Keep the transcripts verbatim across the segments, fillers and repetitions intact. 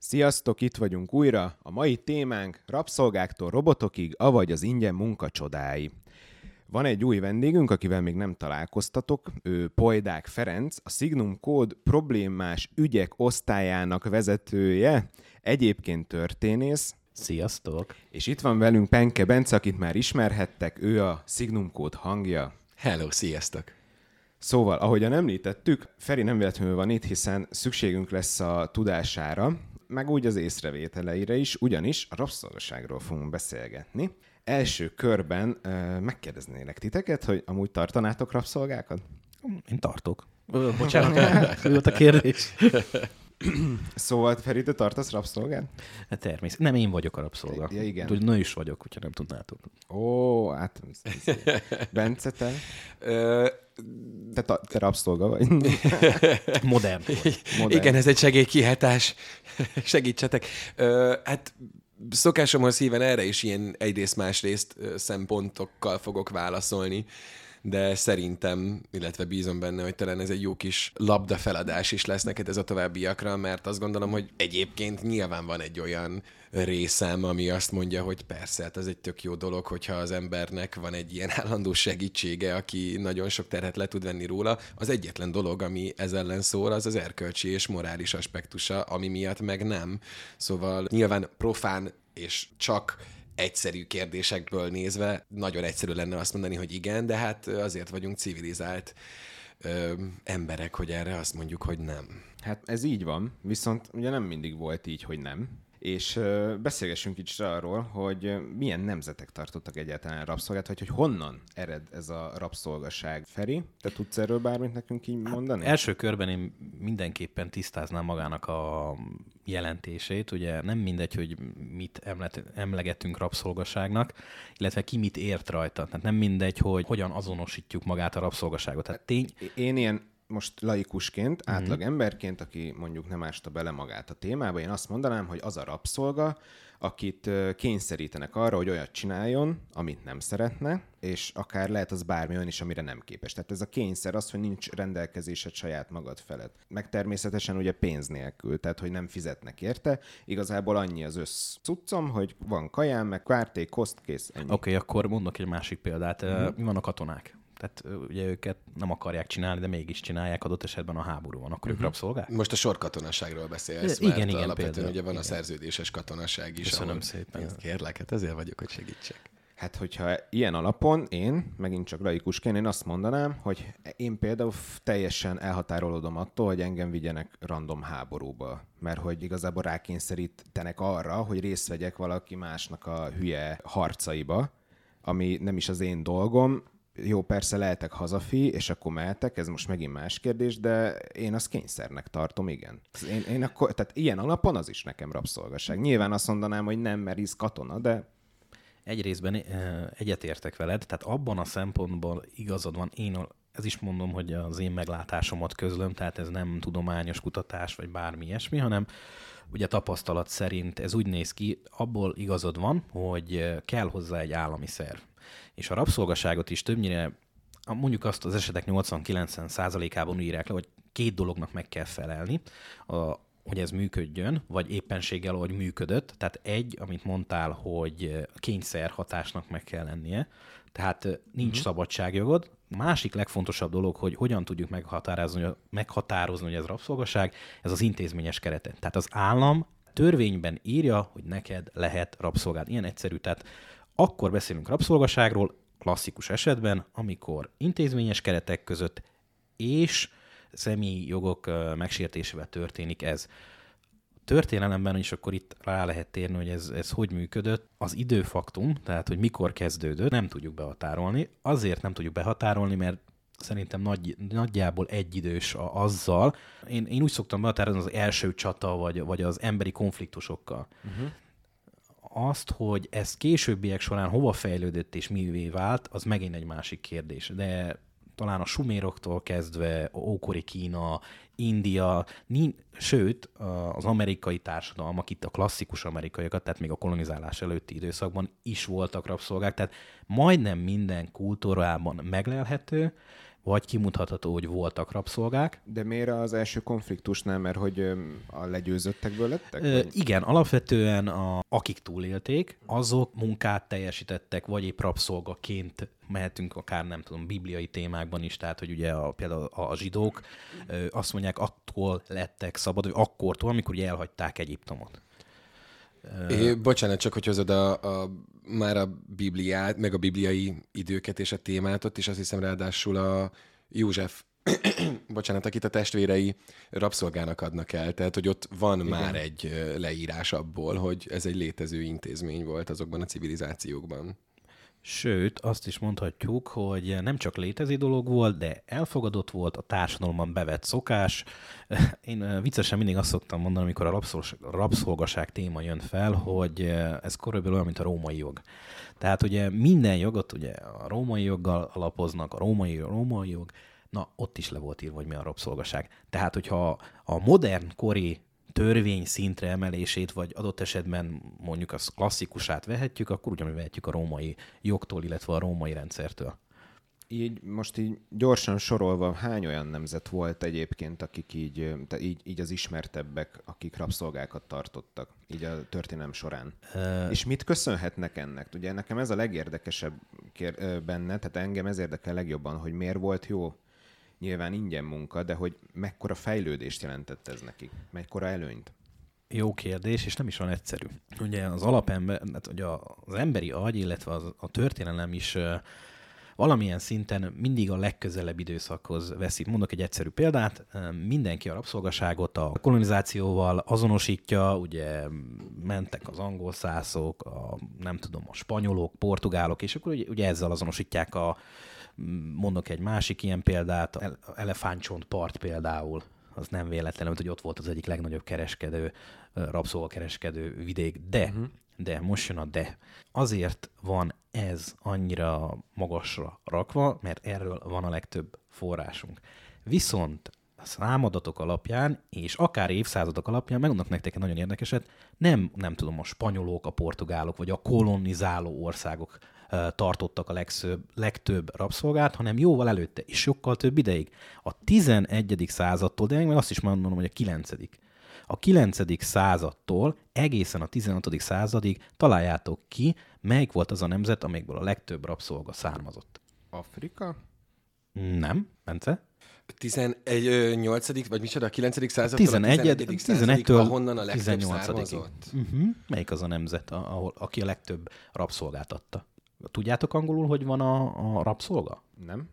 Sziasztok, itt vagyunk újra. A mai témánk rabszolgáktól robotokig, avagy az ingyen munka csodái. Van egy új vendégünk, akivel még nem találkoztatok, ő Pojdák Ferenc, a Signum Code problémás ügyek osztályának vezetője, egyébként történész. Sziasztok! És itt van velünk Penke Bence, akit már ismerhettek, ő a Signum Code hangja. Hello, sziasztok! Szóval, ahogyan említettük, Feri nem véletlenül van itt, hiszen szükségünk lesz a tudására, meg úgy az észrevételeire is, ugyanis a rabszolgaságról fogunk beszélgetni. Első körben uh, megkérdeznélek titeket, hogy amúgy tartanátok rabszolgákat? Én tartok. Ö, bocsánat, mi volt a kérdés? Szóval, Feri, te tartasz rabszolgát? Hát természetesen. Nem én vagyok a rabszolga. Ja, igen. Úgy nő is vagyok, hogyha nem tudnátok. Ó, hát... Bence, te? Ö... Te, ta, te rabszolga vagy? Modern. Modern. Igen, ez egy segélykihatás. Segítsetek. Ö, hát szokásomhoz híven erre is ilyen egyrészt másrészt szempontokkal fogok válaszolni, de szerintem, illetve bízom benne, hogy talán ez egy jó kis labdafeladás is lesz neked ez a továbbiakra, mert azt gondolom, hogy egyébként nyilván van egy olyan részem, ami azt mondja, hogy persze, hát ez egy tök jó dolog, hogyha az embernek van egy ilyen állandó segítsége, aki nagyon sok terhet le tud venni róla. Az egyetlen dolog, ami ez ellen szól, az az erkölcsi és morális aspektusa, ami miatt meg nem. Szóval nyilván profán és csak egyszerű kérdésekből nézve nagyon egyszerű lenne azt mondani, hogy igen, de hát azért vagyunk civilizált ö, emberek, hogy erre azt mondjuk, hogy nem. Hát ez így van, viszont ugye nem mindig volt így, hogy nem. És uh, beszélgessünk így arról, hogy uh, milyen nemzetek tartottak egyáltalán rabszolgát, vagy hogy honnan ered ez a rabszolgaság. Feri, te tudsz erről bármit nekünk így mondani? Hát első körben én mindenképpen tisztáznám magának a jelentését. Ugye nem mindegy, hogy mit emlet, emlegetünk rabszolgaságnak, illetve ki mit ért rajta. Tehát nem mindegy, hogy hogyan azonosítjuk magát a rabszolgaságot. Tehát tény... Én ilyen most laikusként, uh-huh. átlag emberként, aki mondjuk nem ásta bele magát a témába, én azt mondanám, hogy az a rabszolga, akit kényszerítenek arra, hogy olyat csináljon, amit nem szeretne, és akár lehet az bármi olyan is, amire nem képes. Tehát ez a kényszer az, hogy nincs rendelkezésed saját magad felett. Meg természetesen ugye pénz nélkül, tehát hogy nem fizetnek érte. Igazából annyi az össz cuccom, hogy van kajám, meg kvárték, koszt, kész, ennyi. Oké, okay, akkor mondok egy másik példát. Uh-huh. Mi van a katonák? Tehát ugye őket nem akarják csinálni, de mégis csinálják, adott esetben a háború van, akkor uh-huh. ők rabszolgák? Most a sorkatonaságról beszélsz, igen, mert igen, alapvetően például, ugye van igen. a szerződéses katonaság is. Köszönöm szépen. Kérlek, hát ezért vagyok, hogy segítsek. Hát, hogyha ilyen alapon én, megint csak laikusként, én azt mondanám, hogy én például teljesen elhatárolódom attól, hogy engem vigyenek random háborúba. Mert hogy igazából rákényszerítenek arra, hogy részt vegyek valaki másnak a hülye harcaiba, ami nem is az én dolgom. Jó, persze lehetek hazafi, és akkor mehetek, ez most megint más kérdés, de én azt kényszernek tartom, igen. Én, én akkor, tehát ilyen alapon az is nekem rabszolgaság. Nyilván azt mondanám, hogy nem, mert hisz katona, de... Egy részben egyetértek veled, tehát abban a szempontból igazad van, én ez is mondom, hogy az én meglátásomat közlöm, tehát ez nem tudományos kutatás, vagy bármi ilyesmi, hanem ugye tapasztalat szerint ez úgy néz ki, abból igazad van, hogy kell hozzá egy állami szerv. És a rabszolgaságot is többnyire, mondjuk azt az esetek nyolcvan-kilencven százalékában írják le, hogy két dolognak meg kell felelni, a, hogy ez működjön, vagy éppenséggel, ahogy működött. Tehát egy, amit mondtál, hogy kényszer hatásnak meg kell lennie, tehát nincs uh-huh. szabadságjogod. Másik legfontosabb dolog, hogy hogyan tudjuk meghatározni, meghatározni, hogy ez rabszolgaság, ez az intézményes kerete. Tehát az állam törvényben írja, hogy neked lehet rabszolgád. Ilyen egyszerű, tehát akkor beszélünk rabszolgaságról, klasszikus esetben, amikor intézményes keretek között és személyi jogok megsértésével történik ez. A történelemben is akkor itt rá lehet térni, hogy ez, ez hogy működött. Az időfaktum, tehát hogy mikor kezdődött, nem tudjuk behatárolni. Azért nem tudjuk behatárolni, mert szerintem nagy, nagyjából egyidős azzal. Én, én úgy szoktam behatározni az első csata, vagy, vagy az emberi konfliktusokkal. Uh-huh. Azt, hogy ez későbbiek során hova fejlődött és mivé vált, az megint egy másik kérdés. De talán a suméroktól kezdve, ókori Kína, India, sőt az amerikai társadalmak, itt a klasszikus amerikaiakat, tehát még a kolonizálás előtti időszakban is voltak rabszolgák, tehát majdnem minden kultúrában meglelhető, vagy kimutatható, hogy voltak rabszolgák. De miért az első konfliktusnál, mert hogy a legyőzöttekből lettek? Ö, Vagy? igen, alapvetően a, akik túlélték, azok munkát teljesítettek, vagy épp rabszolgaként mehetünk akár, nem tudom, bibliai témákban is, tehát, hogy ugye a, például a zsidók ö, azt mondják, attól lettek szabad, vagy akkortól, amikor ugye elhagyták Egyiptomot. É, bocsánat, csak hogy hozod a, a, már a Bibliát, meg a bibliai időket és a témát, ott is azt hiszem ráadásul a József, bocsánat, akit a testvérei rabszolgának adnak el, tehát hogy ott van Igen. már egy leírás abból, hogy ez egy létező intézmény volt azokban a civilizációkban. Sőt, azt is mondhatjuk, hogy nem csak létező dolog volt, de elfogadott volt, a társadalomban bevett szokás. Én viccesen mindig azt szoktam mondani, amikor a rabszolgaság téma jön fel, hogy ez körülbelül olyan, mint a római jog. Tehát ugye minden jogot ugye a római joggal alapoznak, a római, római jog, na ott is le volt írva, hogy mi a rabszolgaság. Tehát, hogyha a modern kori törvény szintre emelését, vagy adott esetben mondjuk az klasszikusát vehetjük, akkor ugyanúgy vehetjük a római jogtól, illetve a római rendszertől. Így most így gyorsan sorolva, hány olyan nemzet volt egyébként, akik így, így, így az ismertebbek, akik rabszolgákat tartottak, így a történelem során? Uh, És mit köszönhetnek ennek? Ugye nekem ez a legérdekesebb kér, benne, tehát engem ez érdekel legjobban, hogy miért volt jó, nyilván ingyen munka, de hogy mekkora fejlődést jelentett ez nekik, mekkora előnyt? Jó kérdés, és nem is olyan egyszerű. Ugye az alapember, ugye az emberi agy, illetve az, a történelem is uh, valamilyen szinten mindig a legközelebb időszakhoz veszi. Mondok egy egyszerű példát, mindenki a rabszolgaságot a kolonizációval azonosítja, ugye mentek az angol szászok, a, nem tudom, a spanyolok, portugálok, és akkor ugye, ugye ezzel azonosítják a, mondok egy másik ilyen példát, Elefántcsontpart például, az nem véletlen, hogy ott volt az egyik legnagyobb kereskedő, rabszolgakereskedő vidék, de uh-huh. De, most jön a de. Azért van ez annyira magasra rakva, mert erről van a legtöbb forrásunk. Viszont a számadatok alapján, és akár évszázadok alapján, megmondok nektek egy nagyon érdekeset, nem, nem tudom, a spanyolok, a portugálok, vagy a kolonizáló országok uh, tartottak a legszöbb, legtöbb rabszolgát, hanem jóval előtte, és sokkal több ideig. A tizenegyedik századtól, de én meg azt is mondom, hogy a kilencedik A kilencedik századtól egészen a tizenhatodik századig találjátok ki, melyik volt az a nemzet, amelyikből a legtöbb rabszolga származott. Afrika? Nem, Bence? tizennyolcadik vagy micsoda, a kilencedik századtól a tizenegyedik századig, ahonnan a legtöbb származott? Uh-huh. Melyik az a nemzet, ahol, aki a legtöbb rabszolgát adta? Tudjátok angolul, hogy van a, a rabszolga? Nem.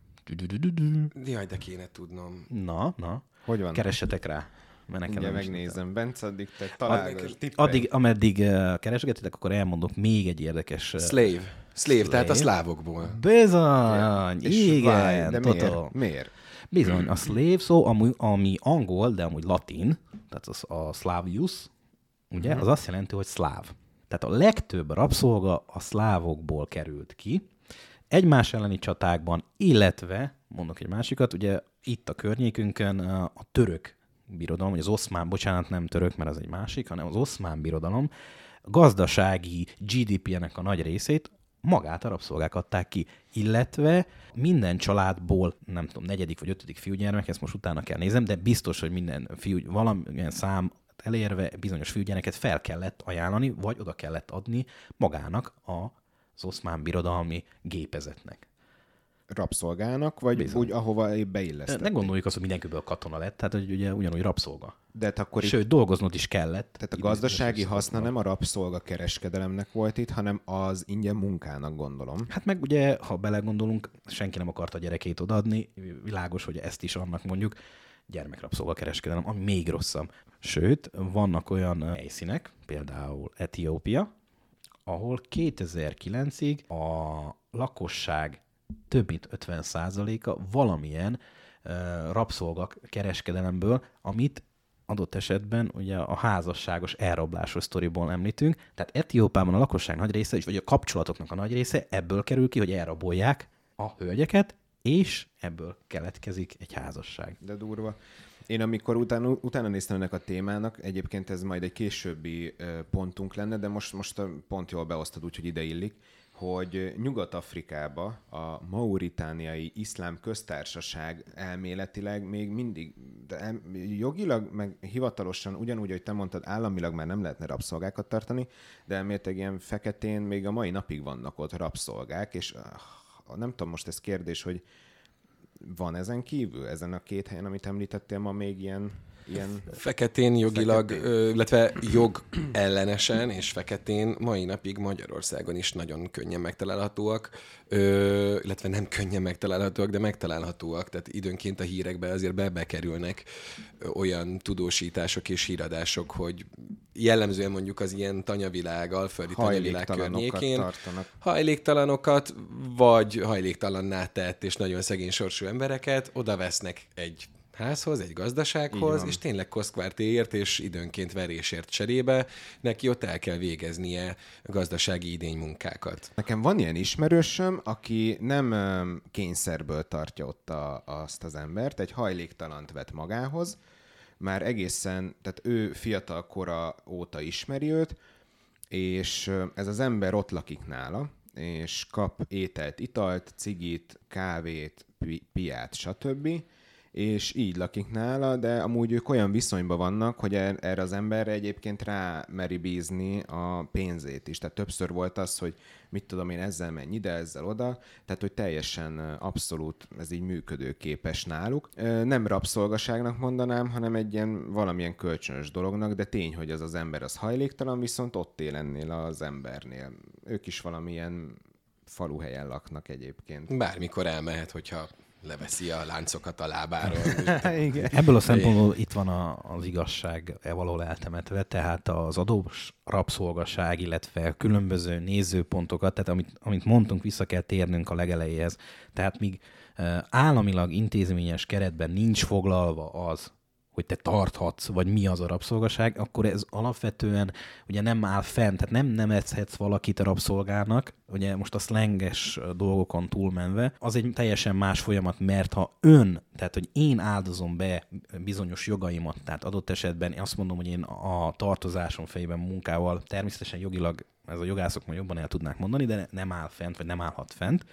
Jaj, de kéne tudnom. Na, na. Hogy van? Keressetek rá. Ugye megnézem, Bence, addig te találgass, tippelj. Addig, ameddig uh, keresgetitek, akkor elmondok még egy érdekes... Uh, Slave. Slave. Slave, tehát a szlávokból. Bizony, és igen. Váj, de miért? miért? Bizony, a slave szó, ami, ami angol, de amúgy latin, tehát az a slavius, ugye, uh-huh. az azt jelenti, hogy szláv. Tehát a legtöbb rabszolga a szlávokból került ki, egymás elleni csatákban, illetve, mondok egy másikat, ugye itt a környékünkön a török birodalom, vagy az oszmán, bocsánat, nem török, mert az egy másik, hanem az oszmán birodalom gazdasági gé dé pé-nek a nagy részét magát a rabszolgák adták ki, illetve minden családból, nem tudom, negyedik vagy ötödik fiúgyermek, ezt most utána kell nézem, de biztos, hogy minden fiú, valamilyen szám elérve bizonyos fiúgyermeket fel kellett ajánlani, vagy oda kellett adni magának az oszmán birodalmi gépezetnek. Rabszolgának, vagy Bizony. Úgy, ahova épp beillesztették? Ne gondoljuk azt, hogy mindenkiből katona lett, tehát hogy ugye ugyanúgy rabszolga. De akkor Sőt, itt... dolgoznod is kellett. Tehát a gazdasági haszna nem a rabszolga kereskedelemnek volt itt, hanem az ingyen munkának, gondolom. Hát meg ugye, ha belegondolunk, senki nem akarta a gyerekét odaadni, világos, hogy ezt is annak mondjuk gyermekrabszolga kereskedelem, ami még rosszabb. Sőt, vannak olyan helyszínek, például Etiópia, ahol kétezer-kilencig a lakosság több mint ötven százaléka valamilyen uh, rabszolga kereskedelemből, amit adott esetben ugye a házasságos elrablásos sztoriból említünk. Tehát Etiópiában a lakosság nagy része, vagy a kapcsolatoknak a nagy része ebből kerül ki, hogy elrabolják a hölgyeket, és ebből keletkezik egy házasság. De durva. Én amikor utána, utána néztem ennek a témának, egyébként ez majd egy későbbi uh, pontunk lenne, de most, most pont jól beosztod, úgyhogy ide illik. hogy Nyugat-Afrikába a mauritániai iszlám köztársaság elméletileg még mindig, de el, jogilag, meg hivatalosan ugyanúgy, hogy te mondtad, államilag már nem lehetne rabszolgákat tartani, de elméletileg ilyen feketén még a mai napig vannak ott rabszolgák, és nem tudom, most ez kérdés, hogy van ezen kívül, ezen a két helyen, amit említettél ma még ilyen... Ilyen feketén jogilag, feketén. Ö, illetve jog ellenesen és feketén mai napig Magyarországon is nagyon könnyen megtalálhatóak, ö, illetve nem könnyen megtalálhatóak, de megtalálhatóak, tehát időnként a hírekbe azért be- bekerülnek ö, olyan tudósítások és híradások, hogy jellemzően mondjuk az ilyen tanyavilág, alföldi tanyavilág környékén tartanak. hajléktalanokat, vagy hajléktalanná tett és nagyon szegény sorsú embereket oda vesznek egy házhoz, egy gazdasághoz, és tényleg koszkvártéért és időnként verésért cserébe neki ott el kell végeznie gazdasági idénymunkákat. Nekem van ilyen ismerősöm, aki nem kényszerből tartja ott a, azt az embert, egy hajléktalant vett magához, már egészen, tehát ő fiatal kora óta ismeri őt, és ez az ember ott lakik nála, és kap ételt, italt, cigit, kávét, pi- piát, stb., és így lakik nála, de amúgy ők olyan viszonyban vannak, hogy erre az emberre egyébként rá meri bízni a pénzét is. Tehát többször volt az, hogy mit tudom én, ezzel menj ide, ezzel oda, tehát hogy teljesen abszolút ez így működőképes náluk. Nem rabszolgaságnak mondanám, hanem egy ilyen valamilyen kölcsönös dolognak, de tény, hogy az az ember az hajléktalan, viszont ott él ennél az embernél. Ők is valamilyen faluhelyen laknak egyébként. Bármikor elmehet, hogyha leveszi a láncokat a lábáról. Igen. Ebből a szempontból itt van a, az igazság valahol eltemetve, tehát az adós rabszolgaság, illetve különböző nézőpontokat, tehát amit, amit mondtunk, vissza kell térnünk a legelejéhez. Tehát míg államilag intézményes keretben nincs foglalva az, hogy te tarthatsz, vagy mi az a rabszolgaság, akkor ez alapvetően ugye nem áll fent, tehát nem nevezhetsz valakit a rabszolgának, ugye most a szlenges dolgokon túlmenve, az egy teljesen más folyamat, mert ha ön, tehát hogy én áldozom be bizonyos jogaimat, tehát adott esetben azt mondom, hogy én a tartozásom fejében munkával, természetesen jogilag ez a jogászok majd jobban el tudnák mondani, de nem áll fent, vagy nem állhat fent,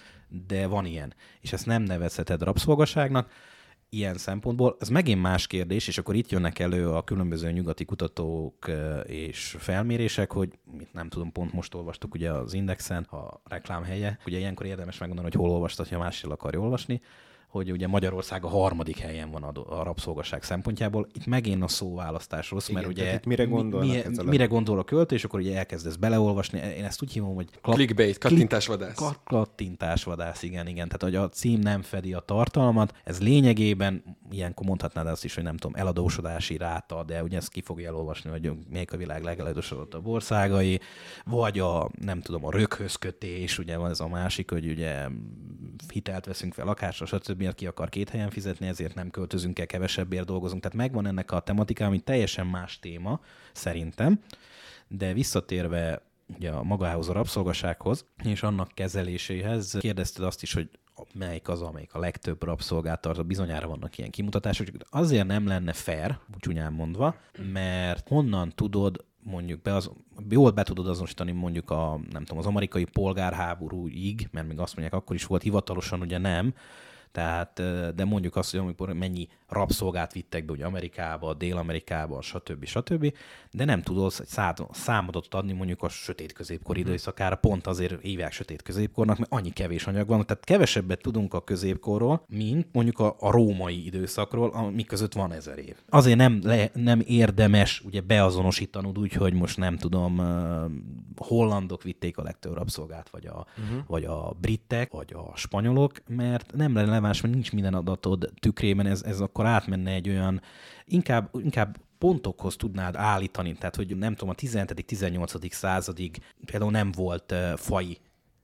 de van ilyen. És ezt nem nevezheted rabszolgaságnak, ilyen szempontból. Ez megint más kérdés, és akkor itt jönnek elő a különböző nyugati kutatók és felmérések, hogy nem tudom, pont most olvastuk ugye az Indexen, a reklámhelye. Ugye ilyenkor érdemes megmondani, hogy hol olvastad, ha más akarja olvasni, hogy ugye Magyarország a harmadik helyen van a rabszolgaság szempontjából. Itt megint a szóválasztás rossz, mert igen, ugye mire, mi, mire gondol a költő, és akkor ugye elkezdesz beleolvasni. Én ezt úgy hívom, hogy... Kla- Clickbait, kattintásvadász. Klik, kattintásvadász, igen, igen. Tehát, hogy a cím nem fedi a tartalmat. Ez lényegében, ilyenkor mondhatnád azt is, hogy nem tudom, eladósodási ráta, de ugye ezt ki fogja elolvasni, hogy melyik a világ legeladósodottabb országai, vagy a, nem tudom, a röghöz kötés, ugye van ez a másik, hogy ugye hitelt veszünk fel lakásra, stb. Miért ki akar két helyen fizetni, ezért nem költözünk el, kevesebbért dolgozunk. Tehát megvan ennek a tematika, ami teljesen más téma, szerintem. De visszatérve ugye a magához, a rabszolgasághoz, és annak kezeléséhez, kérdezted azt is, hogy melyik az, amelyik a legtöbb rabszolgát tart, bizonyára vannak ilyen kimutatások. Azért nem lenne fair, csúnyán mondva, mert honnan tudod, mondjuk be az, jól be tudod azonosítani mondjuk a, nem tudom, az amerikai polgárháborúig, mert még azt mondják, akkor is volt, hivatalosan ugye nem, tehát, de mondjuk azt, hogy amikor mennyi rabszolgát vittek be ugye Amerikába, Dél-Amerikába, stb. stb. De nem tudod egy számadatot adni mondjuk a sötét középkor időszakára, pont azért hívják sötét középkornak, mert annyi kevés anyag van, tehát kevesebbet tudunk a középkorról, mint mondjuk a, a római időszakról, ami között van ezer év. Azért nem, le, nem érdemes ugye beazonosítanod úgy, hogy most nem tudom, uh, hollandok vitték a legtöbb rabszolgát, vagy a, uh-huh. vagy a britek, vagy a spanyolok, mert nem releváns, mert nincs minden adatod tükrében, ez, ez akkor átmenne egy olyan, inkább, inkább pontokhoz tudnád állítani, tehát hogy nem tudom, a tizenhetedik-tizennyolcadik századig például nem volt uh, faji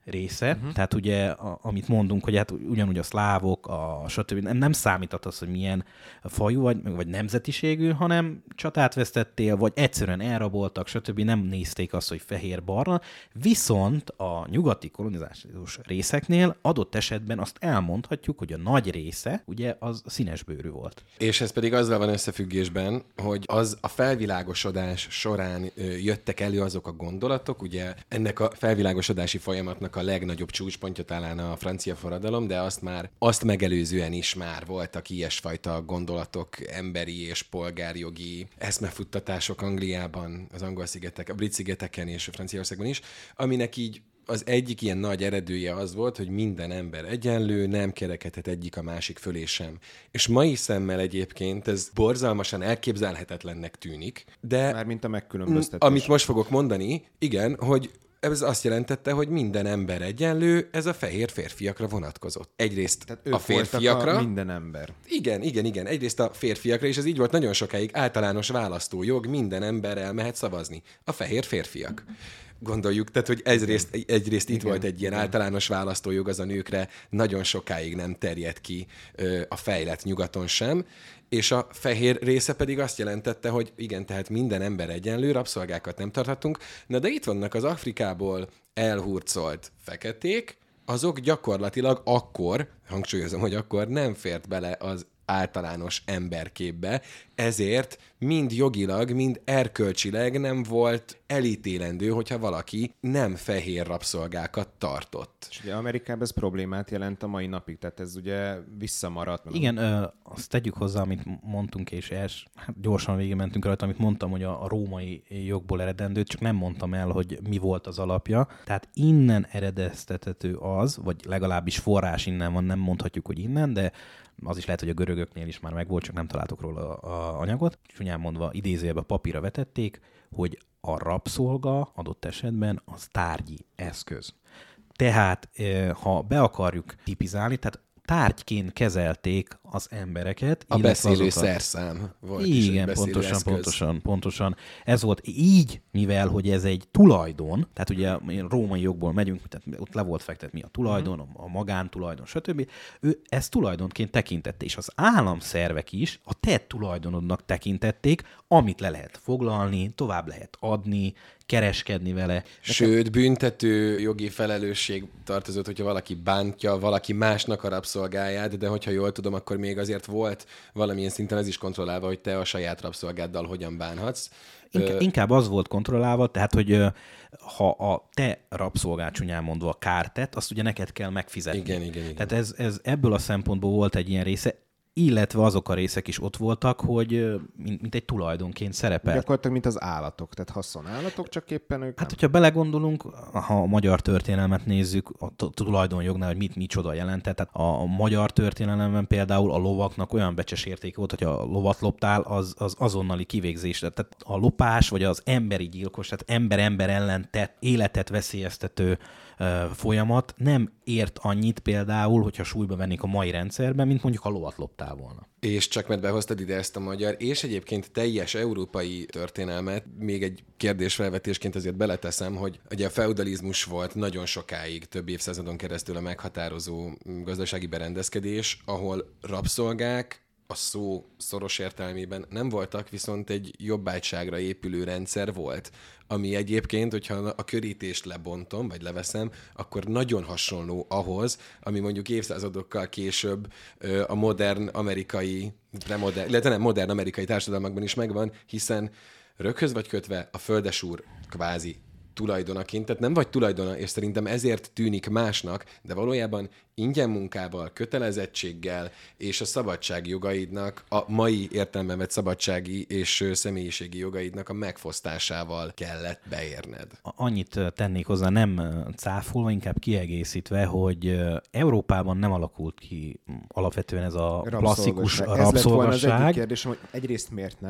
része, uh-huh. tehát ugye, a, amit mondunk, hogy hát ugyanúgy a szlávok, a stb. Nem, nem számíthat az, hogy milyen fajú vagy, vagy nemzetiségű, hanem csatát vesztettél, vagy egyszerűen elraboltak, stb. Nem nézték azt, hogy fehér-barna, viszont a nyugati kolonizációs részeknél adott esetben azt elmondhatjuk, hogy a nagy része ugye az színesbőrű volt. És ez pedig azzal van összefüggésben, hogy az a felvilágosodás során jöttek elő azok a gondolatok, ugye ennek a felvilágosodási folyamatnak a legnagyobb csúcspontja talán a francia forradalom, de azt már azt megelőzően is már voltak ilyesfajta gondolatok, emberi és polgárjogi eszmefuttatások Angliában, az angol szigetek, a brit szigeteken és a Franciaországban is, aminek így az egyik ilyen nagy eredője az volt, hogy minden ember egyenlő, nem kerekedhet egyik a másik fölé sem. És mai szemmel egyébként ez borzalmasan elképzelhetetlennek tűnik, de... Mármint a megkülönböztetés. Amit most fogok mondani, igen, hogy ez azt jelentette, hogy minden ember egyenlő, ez a fehér férfiakra vonatkozott. Egyrészt Tehát a férfiakra. A minden ember. Igen, igen, igen. Egyrészt a férfiakra, és ez így volt nagyon sokáig általános választójog, minden ember elmehet szavazni. A fehér férfiak. Gondoljuk, tehát, hogy egyrészt, egyrészt itt igen, volt egy ilyen igen. általános választójog, az a nőkre nagyon sokáig nem terjed ki ö, a fejlett nyugaton sem, és a fehér része pedig azt jelentette, hogy igen, tehát minden ember egyenlő, rabszolgákat nem tarthatunk, na de itt vannak az Afrikából elhurcolt feketék, azok gyakorlatilag akkor, hangsúlyozom, hogy akkor nem fért bele az általános emberképbe, ezért mind jogilag, mind erkölcsileg nem volt elítélendő, hogyha valaki nem fehér rabszolgákat tartott. És ugye Amerikában ez problémát jelent a mai napig, tehát ez ugye visszamaradt. Igen, ö, azt tegyük hozzá, amit mondtunk, és els, hát gyorsan végig mentünk rajta, amit mondtam, hogy a, a római jogból eredendő, csak nem mondtam el, hogy mi volt az alapja. Tehát innen eredeztethető az, vagy legalábbis forrás innen van, nem mondhatjuk, hogy innen, de az is lehet, hogy a görögöknél is már megvolt, csak nem találtok róla a anyagot. Csúnyán mondva idézőjelben papírra vetették, hogy a rabszolga adott esetben az tárgyi eszköz. Tehát, ha be akarjuk tipizálni, tehát tárgyként kezelték az embereket. A beszélő azokat... szerszám volt. Igen, is pontosan, eszköz. pontosan, pontosan. Ez volt így, mivel hogy ez egy tulajdon, tehát ugye római jogból megyünk, tehát ott le volt fektetve mi a tulajdon, a magántulajdon, stb. Ő ezt tulajdonként tekintette, és az államszervek is a te tulajdonodnak tekintették, amit le lehet foglalni, tovább lehet adni, kereskedni vele. Sőt, büntető jogi felelősség tartozott, hogyha valaki bántja valaki másnak a rabszolgáját, de hogyha jól tudom, akkor még azért volt valamilyen szinten ez is kontrollálva, hogy te a saját rabszolgáddal hogyan bánhatsz. Inkább, inkább az volt kontrollálva, tehát, hogy ha a te rabszolgád csúnyán mondva kárt tett, azt ugye neked kell megfizetni. Igen, igen, igen. Tehát ez, ez ebből a szempontból volt egy ilyen része, illetve azok a részek is ott voltak, hogy mint, mint egy tulajdonként szerepel. Gyakorlatilag, mint az állatok, tehát használlatok, csak éppen ők Hát, nem. hogyha belegondolunk, ha a magyar történelmet nézzük, a tulajdonjognál, hogy mit micsoda jelentett, tehát a magyar történelemben például a lovaknak olyan becses értéke volt, hogy a lovat loptál, az, az azonnali kivégzés. Tehát a lopás, vagy az emberi gyilkos, tehát ember-ember ellen tett, életet veszélyeztető folyamat nem ért annyit például, hogyha súlyba vennék a mai rendszerben, mint mondjuk a lovat loptál volna. És csak mert behoztad ide ezt a magyar, és egyébként teljes európai történelmet, még egy kérdésfelvetésként azért beleteszem, hogy ugye a feudalizmus volt nagyon sokáig, több évszázadon keresztül a meghatározó gazdasági berendezkedés, ahol rabszolgák a szó szoros értelmében nem voltak, viszont egy jobbágyságra épülő rendszer volt, ami egyébként, hogyha a körítést lebontom, vagy leveszem, akkor nagyon hasonló ahhoz, ami mondjuk évszázadokkal később a modern amerikai, premodern, illetve nem modern amerikai társadalmakban is megvan, hiszen röghöz vagy kötve a földesúr kvázi tulajdonaként, tehát nem vagy tulajdona, és szerintem ezért tűnik másnak, de valójában ingyen munkával, kötelezettséggel és a szabadsági jogaidnak, a mai értelemben vett szabadsági és személyiségi jogaidnak a megfosztásával kellett beérned. Annyit tennék hozzá, nem cáfolva, inkább kiegészítve, hogy Európában nem alakult ki alapvetően ez a klasszikus rabszolgasság. Ez lett volna az egyik kérdésem, hogy egyrészt miért nem?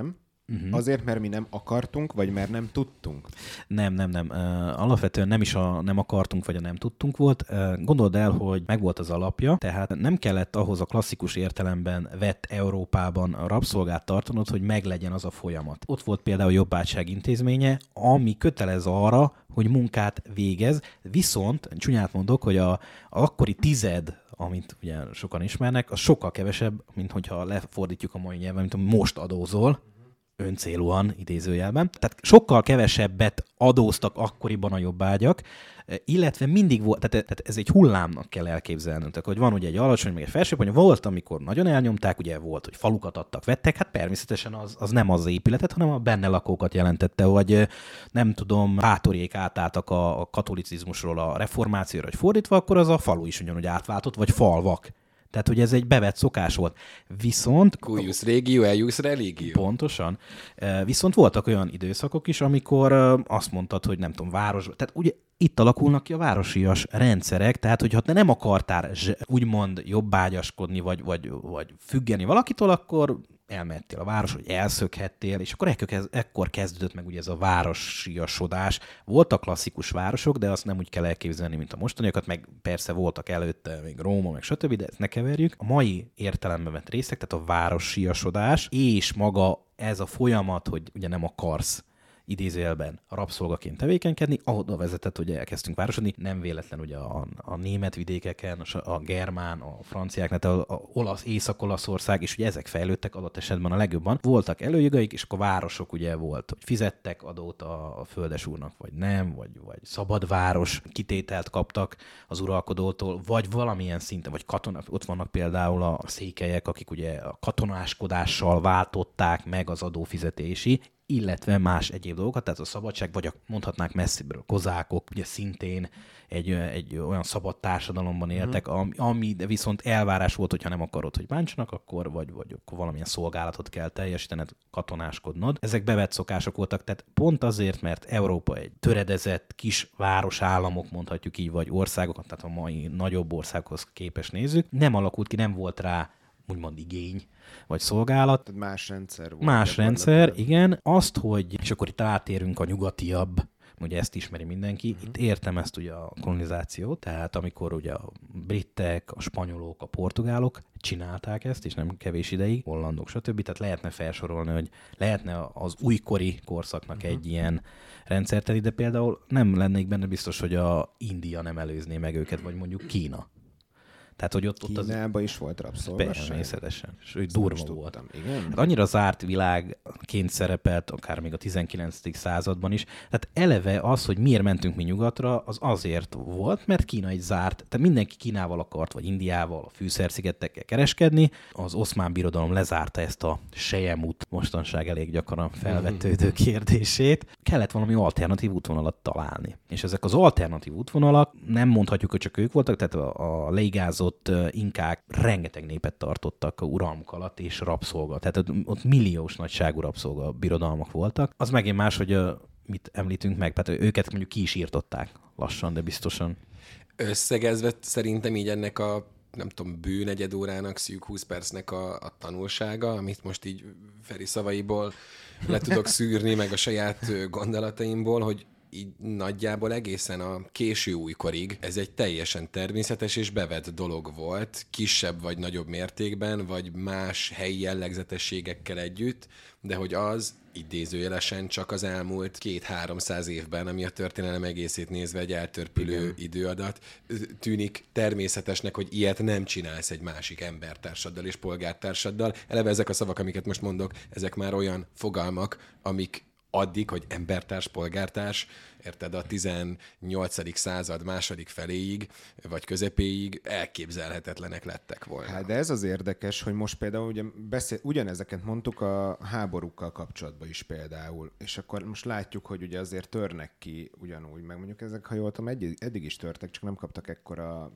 Uh-huh. Azért, mert mi nem akartunk, vagy mert nem tudtunk? Nem, nem, nem. Uh, alapvetően nem is a nem akartunk, vagy a nem tudtunk volt. Uh, gondold el, hogy megvolt az alapja, tehát nem kellett ahhoz a klasszikus értelemben vett Európában a rabszolgát tartanod, hogy meglegyen az a folyamat. Ott volt például a jobbágyság intézménye, ami kötelez arra, hogy munkát végez, viszont csúnyát mondok, hogy a, a akkori tized, amit ugye sokan ismernek, az sokkal kevesebb, mint hogyha lefordítjuk a mai nyelven, mint most adózol, öncélúan, idézőjelben. Tehát sokkal kevesebbet adóztak akkoriban a jobbágyak, illetve mindig volt, tehát, tehát ez egy hullámnak kell elképzelnünk, tehát, hogy van ugye egy alacsony, meg egy felsőbb, volt, amikor nagyon elnyomták, ugye volt, hogy falukat adtak, vettek, hát természetesen az, az nem az épületet, hanem a benne lakókat jelentette, vagy nem tudom, bátorjék átálltak a, a katolicizmusról a reformációra, vagy fordítva, akkor az a falu is ugyanúgy átváltott, vagy falvak. Tehát, hogy ez egy bevett szokás volt. Viszont... Cuius regio, eius religio. Pontosan. Viszont voltak olyan időszakok is, amikor azt mondtad, hogy nem tudom, város... Tehát ugye itt alakulnak ki a városias rendszerek, tehát hogyha te nem akartál úgymond jobbágyaskodni, vagy, vagy, vagy függeni valakitől, akkor elmehettél a város, hogy elszökhettél, és akkor ekkor kezdődött meg ugye ez a városiasodás. Voltak klasszikus városok, de azt nem úgy kell elképzelni, mint a mostaniakat, meg persze voltak előtte még Róma, meg stb., de ezt ne keverjük. A mai értelemben vett részek, tehát a városiasodás, és maga ez a folyamat, hogy ugye nem akarsz idézőjelben a rabszolgaként tevékenykedni, oda vezetett, hogy elkezdtünk városodni, nem véletlen ugye a, a német vidékeken, a, a germán, a franciák, a, a olasz, Észak-Olaszország, és ugye ezek fejlődtek adott esetben a legjobban. Voltak előjogaik, és akkor városok ugye volt, hogy fizettek adót a, a földesúrnak, vagy nem, vagy, vagy szabad város kitételt kaptak az uralkodótól, vagy valamilyen szinten, vagy katonák, ott vannak például a székelyek, akik ugye a katonáskodással váltották meg az adófizetési, illetve más egyéb dolgokat, tehát a szabadság, vagy a, mondhatnák messzibről, kozákok, ugye szintén egy, egy olyan szabad társadalomban éltek, ami, ami de viszont elvárás volt, hogyha nem akarod, hogy bántsanak, akkor vagy, vagy akkor valamilyen szolgálatot kell teljesítened, katonáskodnod. Ezek bevett szokások voltak, tehát pont azért, mert Európa egy töredezett kis városállamok, mondhatjuk így, vagy országokat, tehát a mai nagyobb országhoz képes nézzük, nem alakult ki, nem volt rá úgymond igény, vagy szolgálat. Tehát más rendszer volt. Más rendszer, igen. Azt, hogy, és akkor itt rátérünk a nyugatiabb, ugye ezt ismeri mindenki, uh-huh. Itt értem ezt ugye a kolonizációt, tehát amikor ugye a britek, a spanyolok, a portugálok csinálták ezt, és nem kevés ideig, hollandok, stb. Tehát lehetne felsorolni, hogy lehetne az újkori korszaknak uh-huh. egy ilyen rendszert, de például nem lennék benne biztos, hogy a India nem előzné meg őket, vagy mondjuk Kína. Tehát, hogy ott, ott az... Kínában is volt rabszolgasság? Természetesen. És úgy durva volt. Igen? Hát annyira zárt világként szerepelt, akár még a tizenkilencedik században is. Tehát eleve az, hogy miért mentünk mi nyugatra, az azért volt, mert Kína egy zárt, tehát mindenki Kínával akart, vagy Indiával, a Fűszer-szigetekkel kereskedni. Az Oszmán Birodalom lezárta ezt a selyemút, mostanság elég gyakran felvetődő kérdését. Kellett valami alternatív útvonalat találni. És ezek az alternatív útvonalak, nem mondhatjuk, hogy csak ők voltak, tehát a, a leigázott ott inkák rengeteg népet tartottak a uralmuk alatt, és rabszolga. Tehát ott, ott milliós nagyságú rabszolga birodalmak voltak. Az megint más, hogy a, mit említünk meg, tehát őket mondjuk ki is írtották lassan, de biztosan. Összegezve szerintem így ennek a nem tudom, bő negyed órának, szűk húsz percnek a, a tanulsága, amit most így Feri szavaiból le tudok szűrni, meg a saját gondolataimból, hogy így nagyjából egészen a késő újkorig ez egy teljesen természetes és bevett dolog volt, kisebb vagy nagyobb mértékben, vagy más helyi jellegzetességekkel együtt, de hogy az idézőjelesen csak az elmúlt két-háromszáz évben, ami a történelem egészét nézve egy eltörpülő igen. időadat, tűnik természetesnek, hogy ilyet nem csinálsz egy másik embertársaddal és polgártársaddal. Eleve ezek a szavak, amiket most mondok, ezek már olyan fogalmak, amik addig, hogy embertárs, polgártárs, érted, a tizennyolcadik század második feléig, vagy közepéig elképzelhetetlenek lettek volna. Hát de ez az érdekes, hogy most például ugye beszél, ugyanezeket mondtuk a háborúkkal kapcsolatban is például, és akkor most látjuk, hogy ugye azért törnek ki ugyanúgy, meg mondjuk ezek, ha jól tudom, eddig, eddig is törtek, csak nem kaptak ekkora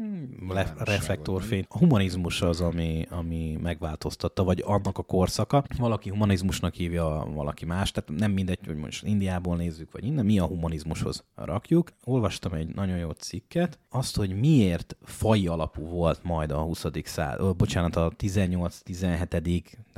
Le- reflektorfény. A humanizmus az, ami, ami megváltoztatta, vagy annak a korszaka. Valaki humanizmusnak hívja, valaki más, tehát nem mindegy, hogy most Indiából nézzük, vagy innen, mi a humanizmushoz rakjuk. Olvastam egy nagyon jó cikket, azt, hogy miért faji alapú volt majd a huszadik század, bocsánat, a tizennyolc-tizenhetedik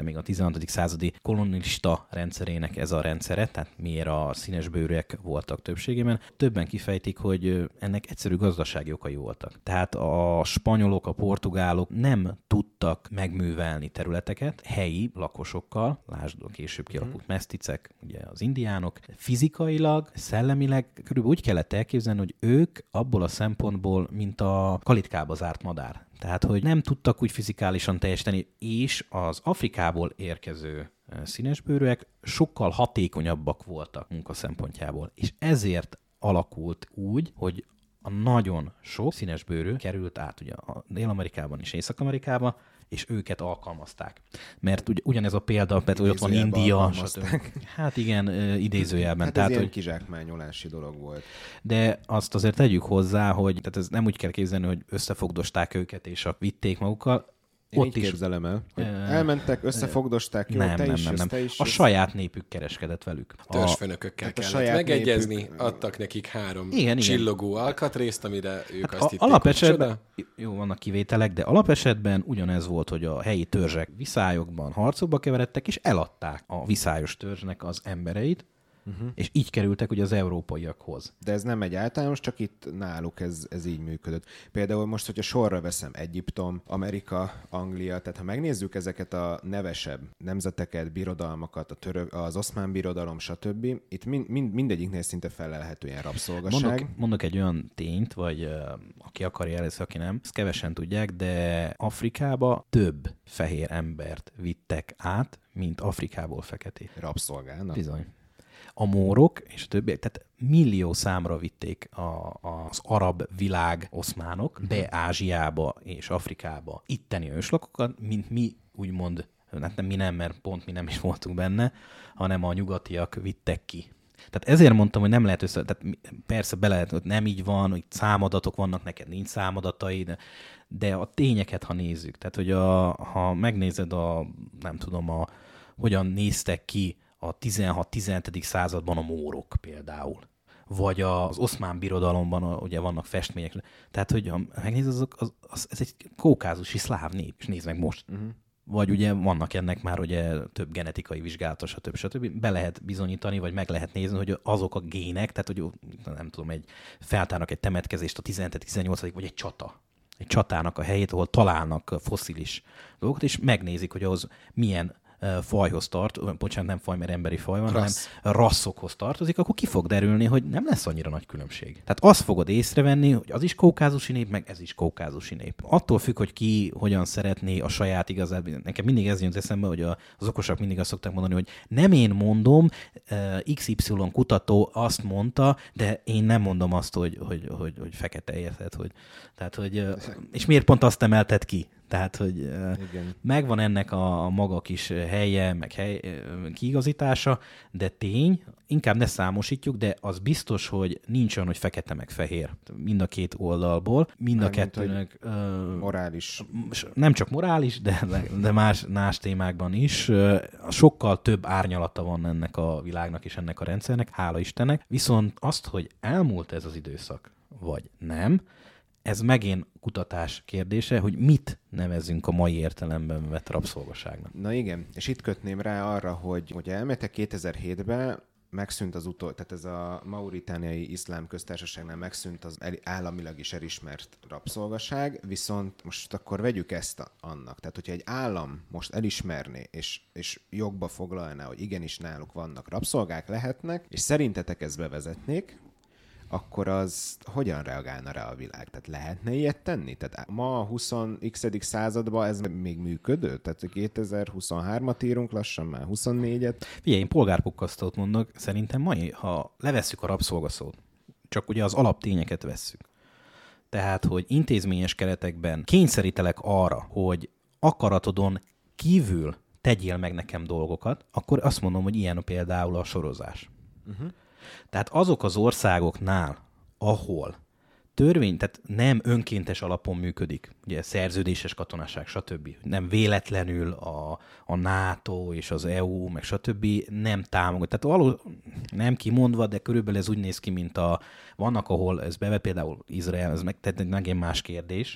említette még a tizenhatodik századi kolonialista rendszerének ez a rendszere, tehát miért a színesbőrűek voltak többségében. Többen kifejtik, hogy ennek egyszerű gazdasági okai voltak. Tehát a spanyolok, a portugálok nem tudtak megművelni területeket helyi lakosokkal, lásd a később kialakult meszticek, ugye az indiánok, fizikailag, szellemileg körülbelül úgy kellett elképzelni, hogy ők abból a szempontból, mint a kalitkába zárt madár. Tehát, hogy nem tudtak úgy fizikálisan teljesíteni, és az Afrikából érkező színesbőrűek sokkal hatékonyabbak voltak munka szempontjából. És ezért alakult úgy, hogy a nagyon sok színesbőrű került át ugye a Dél-Amerikában és Észak-Amerikában, és őket alkalmazták. Mert ugy, ugyanez a példa, mert ott van India, hát igen, idézőjelben. Hát ez tehát, ilyen hogy kizsákmányolási dolog volt. De azt azért tegyük hozzá, hogy tehát ez nem úgy kell képzelni, hogy összefogdosták őket és a vitték magukkal. Én Ott így is képzelem el, hogy elmentek, összefogdosták, jó, nem, te nem, is, nem, nem. te is. A saját népük kereskedett velük. A... Törzsfőnökökkel hát a kellett saját megegyezni, népük- adtak nekik három Igen, igen. csillogó alkatrészt, amire ők Hát azt a, hitték, alapesetben, hogy csoda. jó, vannak kivételek, de alapesetben ugyanez volt, hogy a helyi törzsek viszályokban harcokba keveredtek, és eladták a viszályos törzsnek az embereit, uh-huh. és így kerültek ugye az európaiakhoz. De ez nem egy általános, csak itt náluk ez, ez így működött. Például most, hogyha sorra veszem Egyiptom, Amerika, Anglia, tehát ha megnézzük ezeket a nevesebb nemzeteket, birodalmakat, a török, az oszmán birodalom, stb., itt mind, mind, mindegyiknél szinte felelhető ilyen rabszolgaság. Mondok, mondok egy olyan tényt, vagy uh, aki akarja először, aki nem, ezt kevesen tudják, de Afrikába több fehér embert vittek át, mint Afrikából feketét. Rabszolgálnak. Bizony. A mórok és a többiek, tehát millió számra vitték a, az arab világ oszmánok be Ázsiába és Afrikába itteni őslakokat, mint mi úgymond, hát nem mi nem, mert pont mi nem is voltunk benne, hanem a nyugatiak vittek ki. Tehát ezért mondtam, hogy nem lehet össze, tehát persze be lehet, hogy nem így van, hogy számadatok vannak, neked nincs számadatai, de, de a tényeket, ha nézzük, tehát hogy a, ha megnézed a, nem tudom, a, hogyan néztek ki a tizenhat-tizenhetedik században a mórok például, vagy az oszmán birodalomban a, ugye vannak festmények. Tehát, hogy ha megnézed, azok, az, az, ez egy kaukázusi szláv nép, és nézd meg most. Uh-huh. Vagy ugye vannak ennek már ugye több genetikai vizsgálata, stb. stb. Be lehet bizonyítani, vagy meg lehet nézni, hogy azok a gének, tehát hogy nem tudom, egy feltárnak egy temetkezést a tizenhetedik-tizennyolcadik vagy egy csata. Egy csatának a helyét, ahol találnak fosszilis dolgokat, és megnézik, hogy az milyen fajhoz tart, bocsánat, nem faj, mert emberi faj van, Rassz. hanem rasszokhoz tartozik, akkor ki fog derülni, hogy nem lesz annyira nagy különbség. Tehát azt fogod észrevenni, hogy az is kaukázusi nép, meg ez is kaukázusi nép. Attól függ, hogy ki hogyan szeretné a saját igazát. Nekem mindig ez jön eszembe, hogy az okosak mindig azt szokták mondani, hogy nem én mondom, iksz ipszilon kutató azt mondta, de én nem mondom azt, hogy, hogy, hogy, hogy fekete, érted, hogy, tehát, hogy, és miért pont azt emelted ki? Tehát, hogy igen. Megvan ennek a, a maga kis helye, meg hely, kiigazítása, de tény, inkább ne számosítjuk, de az biztos, hogy nincs olyan, hogy fekete meg fehér. Mind a két oldalból, mind a kettőnek... Uh, morális. Nem csak morális, de, de más, más témákban is. Sokkal több árnyalata van ennek a világnak és ennek a rendszernek, hála Istennek. Viszont azt, hogy elmúlt ez az időszak, vagy nem, ez megint kutatás kérdése, hogy mit nevezzünk a mai értelemben vett rabszolgaságnak. Na igen, és itt kötném rá arra, hogy, hogy elméletek kétezer-hétben megszűnt az utol, tehát ez a mauritániai iszlám köztársaságnál megszűnt az államilag is elismert rabszolgaság, viszont most akkor vegyük ezt a, annak. Tehát, hogyha egy állam most elismerné, és, és jogba foglalná, hogy igenis náluk vannak rabszolgák, lehetnek, és szerintetek ezt bevezetnék, akkor az hogyan reagálna rá a világ? Tehát lehetne ilyet tenni? Tehát ma a huszadik században ez még működő? Tehát kétezer-huszonhármat írunk, lassan már huszonnégyet. Figyelj, én polgárpukkasztót mondok, szerintem mai, ha levesszük a rabszolgaszót, csak ugye az alaptényeket vesszük. Tehát, hogy intézményes keretekben kényszerítelek arra, hogy akaratodon kívül tegyél meg nekem dolgokat, akkor azt mondom, hogy ilyen például a sorozás. Uh-huh. Tehát azok az országoknál, ahol törvény, tehát nem önkéntes alapon működik, ugye szerződéses katonaság, stb. Nem véletlenül a, a NATO és az é u, meg stb. Nem támogat. Tehát való, nem kimondva, de körülbelül ez úgy néz ki, mint a, vannak, ahol ez bevet, például Izrael, ez meg, tehát megint más kérdés,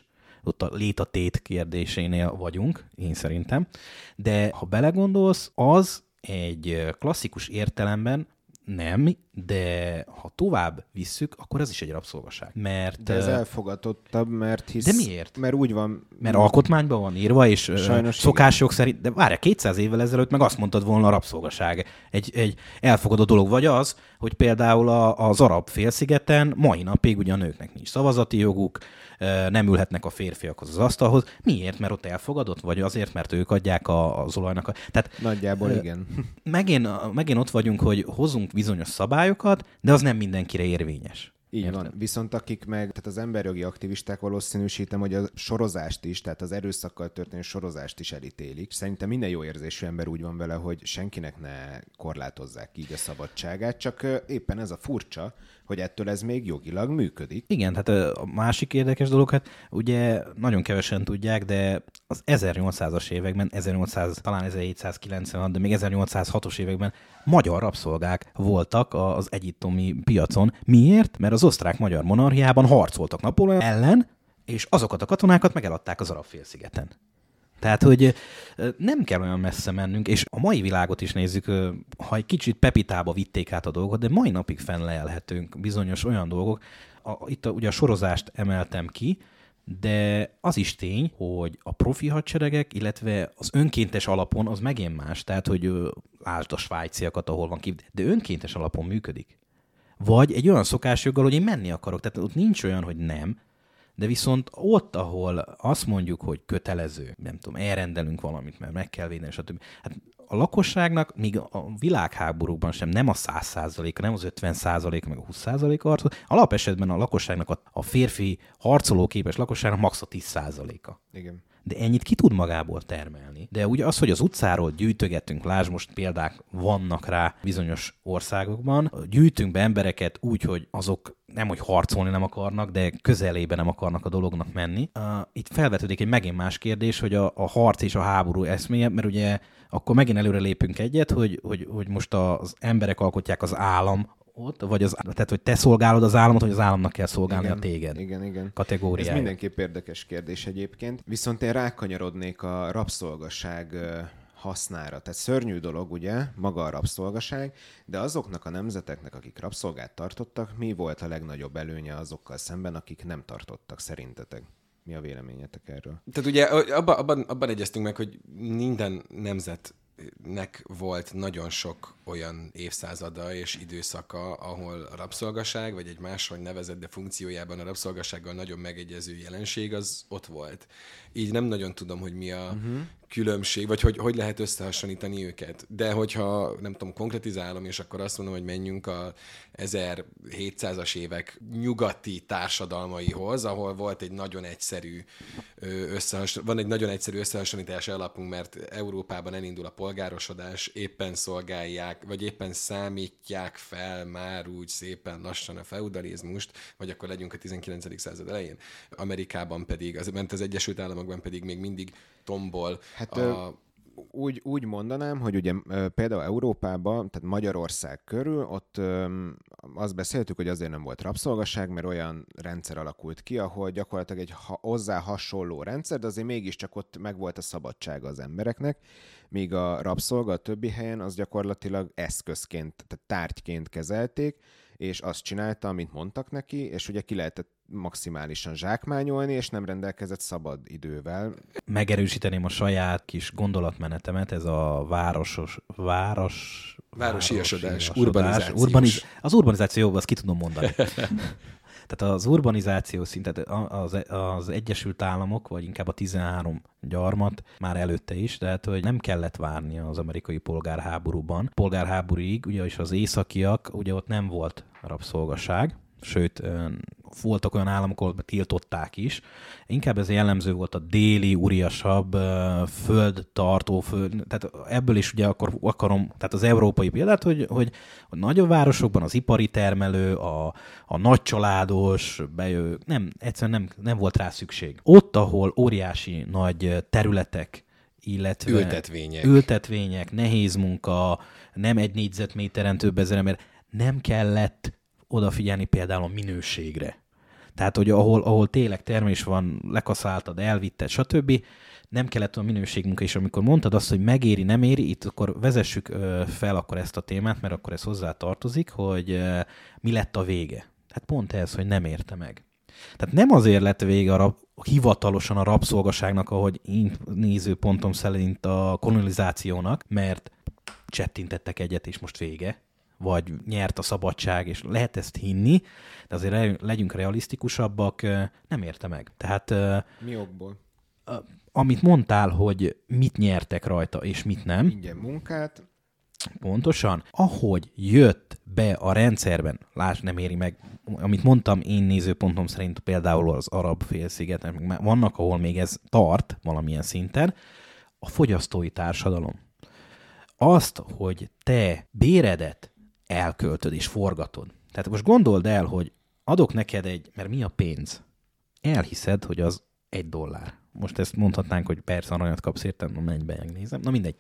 ott a lét-a-tét kérdésénél vagyunk, én szerintem. De ha belegondolsz, az egy klasszikus értelemben nem, de ha tovább visszük, akkor ez is egy rabszolgaság. Mert, de ez elfogadottabb, mert hisz... De miért? Mert úgy van... Mert alkotmányban van írva, és sajnos szokásjog szerint, de várj, kétszáz évvel ezelőtt meg azt mondtad volna a rabszolgaság. Egy, egy elfogadott dolog vagy az, hogy például a, az arab félszigeten mai napig ugye a nőknek nincs szavazati joguk, nem ülhetnek a férfiakhoz az asztalhoz. Miért? Mert ott elfogadott? Vagy azért, mert ők adják a, az olajnak a... Tehát, nagyjából igen. Megint, megint ott vagyunk, hogy hozunk bizonyos szabályokat, de az nem mindenkire érvényes. Így Érted? van. Viszont akik meg, tehát az emberjogi aktivisták valószínűsítem, hogy a sorozást is, tehát az erőszakkal történő sorozást is elítélik. Szerintem minden jó érzésű ember úgy van vele, hogy senkinek ne korlátozzák így a szabadságát, csak éppen ez a furcsa, hogy ettől ez még jogilag működik. Igen, tehát a másik érdekes dolog, hát ugye nagyon kevesen tudják, de az ezernyolcszázas években, ezernyolcszáz, talán ezerhétszázkilencvenhat, de még ezernyolcszázhatos években magyar rabszolgák voltak az egyiptomi piacon. Miért? Mert az osztrák-magyar monarchiában harcoltak Napóleon ellen, és azokat a katonákat meg eladták az Arab-félszigeten. Tehát, hogy nem kell olyan messze mennünk, és a mai világot is nézzük, ha egy kicsit pepitába vitték át a dolgot, de mai napig fennlelhetünk bizonyos olyan dolgok. A, itt a, ugye a sorozást emeltem ki, de az is tény, hogy a profi hadseregek, illetve az önkéntes alapon az megint más. Tehát, hogy lásd a svájciakat, ahol van ki, de önkéntes alapon működik. Vagy egy olyan szokásjoggal, hogy én menni akarok. Tehát ott nincs olyan, hogy nem, de viszont ott, ahol azt mondjuk, hogy kötelező, nem tudom, elrendelünk valamit, mert meg kell védeni, stb. Hát a lakosságnak, míg a világháborúkban sem nem a száz százaléka, nem az ötven százaléka, meg a húsz százaléka harcol, alapesetben a lakosságnak, a, a férfi harcolóképes lakosságnak max a tíz százaléka. Igen. De ennyit ki tud magából termelni. De ugye az, hogy az utcáról gyűjtögetünk, lásd, most példák vannak rá bizonyos országokban, gyűjtünk be embereket úgy, hogy azok nem, hogy harcolni nem akarnak, de közelébe nem akarnak a dolognak menni. Uh, itt felvetődik egy megint más kérdés, hogy a, a harc és a háború eszméje, mert ugye akkor megint előre lépünk egyet, hogy, hogy, hogy most az emberek alkotják az állam ott, vagy az, tehát, hogy te szolgálod az államot, hogy az államnak kell szolgálni igen, a téged. Igen, igen. Kategóriája. Ez mindenképp érdekes kérdés egyébként. Viszont én rákanyarodnék a rabszolgaság hasznára. Tehát szörnyű dolog, ugye, maga a rabszolgaság, de azoknak a nemzeteknek, akik rabszolgát tartottak, mi volt a legnagyobb előnye azokkal szemben, akik nem tartottak, szerintetek? Mi a véleményetek erről? Tehát ugye abban, abban, abban egyeztünk meg, hogy minden nemzetnek volt nagyon sok olyan évszázada és időszaka, ahol a rabszolgaság, vagy egy máshogy nevezett, de funkciójában a rabszolgasággal nagyon megegyező jelenség, az ott volt. Így nem nagyon tudom, hogy mi a uh-huh. különbség, vagy hogy, hogy lehet összehasonlítani őket. De hogyha, nem tudom, konkretizálom, és akkor azt mondom, hogy menjünk a ezerhétszázas évek nyugati társadalmaihoz, ahol volt egy nagyon egyszerű összehasonlítás, van egy nagyon egyszerű összehasonlítási alapunk, mert Európában elindul a polgárosodás, éppen szolgálják, vagy éppen számítják fel már úgy szépen lassan a feudalizmust, vagy akkor legyünk a tizenkilencedik század elején. Amerikában pedig, az, ment az Egyesült Államokban pedig még mindig tombol. Hát a... úgy, úgy mondanám, hogy ugye például Európában, tehát Magyarország körül, ott azt beszéltük, hogy azért nem volt rabszolgaság, mert olyan rendszer alakult ki, ahol gyakorlatilag egy hozzá hasonló rendszer, de azért mégiscsak ott megvolt a szabadsága az embereknek, míg a rabszolga a többi helyen az gyakorlatilag eszközként, tehát tárgyként kezelték, és azt csinálta, amit mondtak neki, és ugye ki lehetett maximálisan zsákmányolni, és nem rendelkezett szabad idővel. Megerősíteném a saját kis gondolatmenetemet, ez a városos, város... Városiasodás, urbanizációs. Urbaniz, az urbanizáció, azt ki tudom mondani. Tehát az urbanizáció szintet az, az Egyesült Államok, vagy inkább a tizenhárom gyarmat már előtte is, tehát hogy nem kellett várni az amerikai polgárháborúban. Polgárháborúig, ugye és az északiak, ugye ott nem volt rabszolgaság, sőt, voltak olyan államok, ahol tiltották is. Inkább ez jellemző volt a déli, uriasabb, földtartó, föld, tehát ebből is ugye akkor akarom, tehát az európai példát, hogy, hogy a nagyobb városokban az ipari termelő, a, a nagycsaládos, bejövő, nem, egyszerűen nem, nem volt rá szükség. Ott, ahol óriási nagy területek, illetve ültetvények, ültetvények nehéz munka, nem egy négyzetméteren több ezer ember, nem kellett odafigyelni például a minőségre. Tehát, hogy ahol, ahol tényleg termés van, lekaszáltad, elvitted, stb., nem kellett a minőségmunka, és amikor mondtad azt, hogy megéri, nem éri, itt akkor vezessük fel akkor ezt a témát, mert akkor ez hozzá tartozik, hogy mi lett a vége. Hát pont ez, hogy nem érte meg. Tehát nem azért lett vége a rab, hivatalosan a rabszolgaságnak, ahogy én nézőpontom szerint a kolonizációnak, mert csettintettek egyet, és most vége, vagy nyert a szabadság, és lehet ezt hinni, de azért legyünk realisztikusabbak, nem érte meg. Tehát... Mi okból? Amit mondtál, hogy mit nyertek rajta, és mit nem. Ingyen munkát. Pontosan. Ahogy jött be a rendszerben, lásd, nem éri meg, amit mondtam én nézőpontom szerint például az arab félszigeten, vannak, ahol még ez tart valamilyen szinten, a fogyasztói társadalom. Azt, hogy te béredet elköltöd és forgatod. Tehát most gondold el, hogy adok neked egy, mert mi a pénz? Elhiszed, hogy az egy dollár. Most ezt mondhatnánk, hogy persze aranyat kapsz értem, na menj be, megnézem. Na mindegy.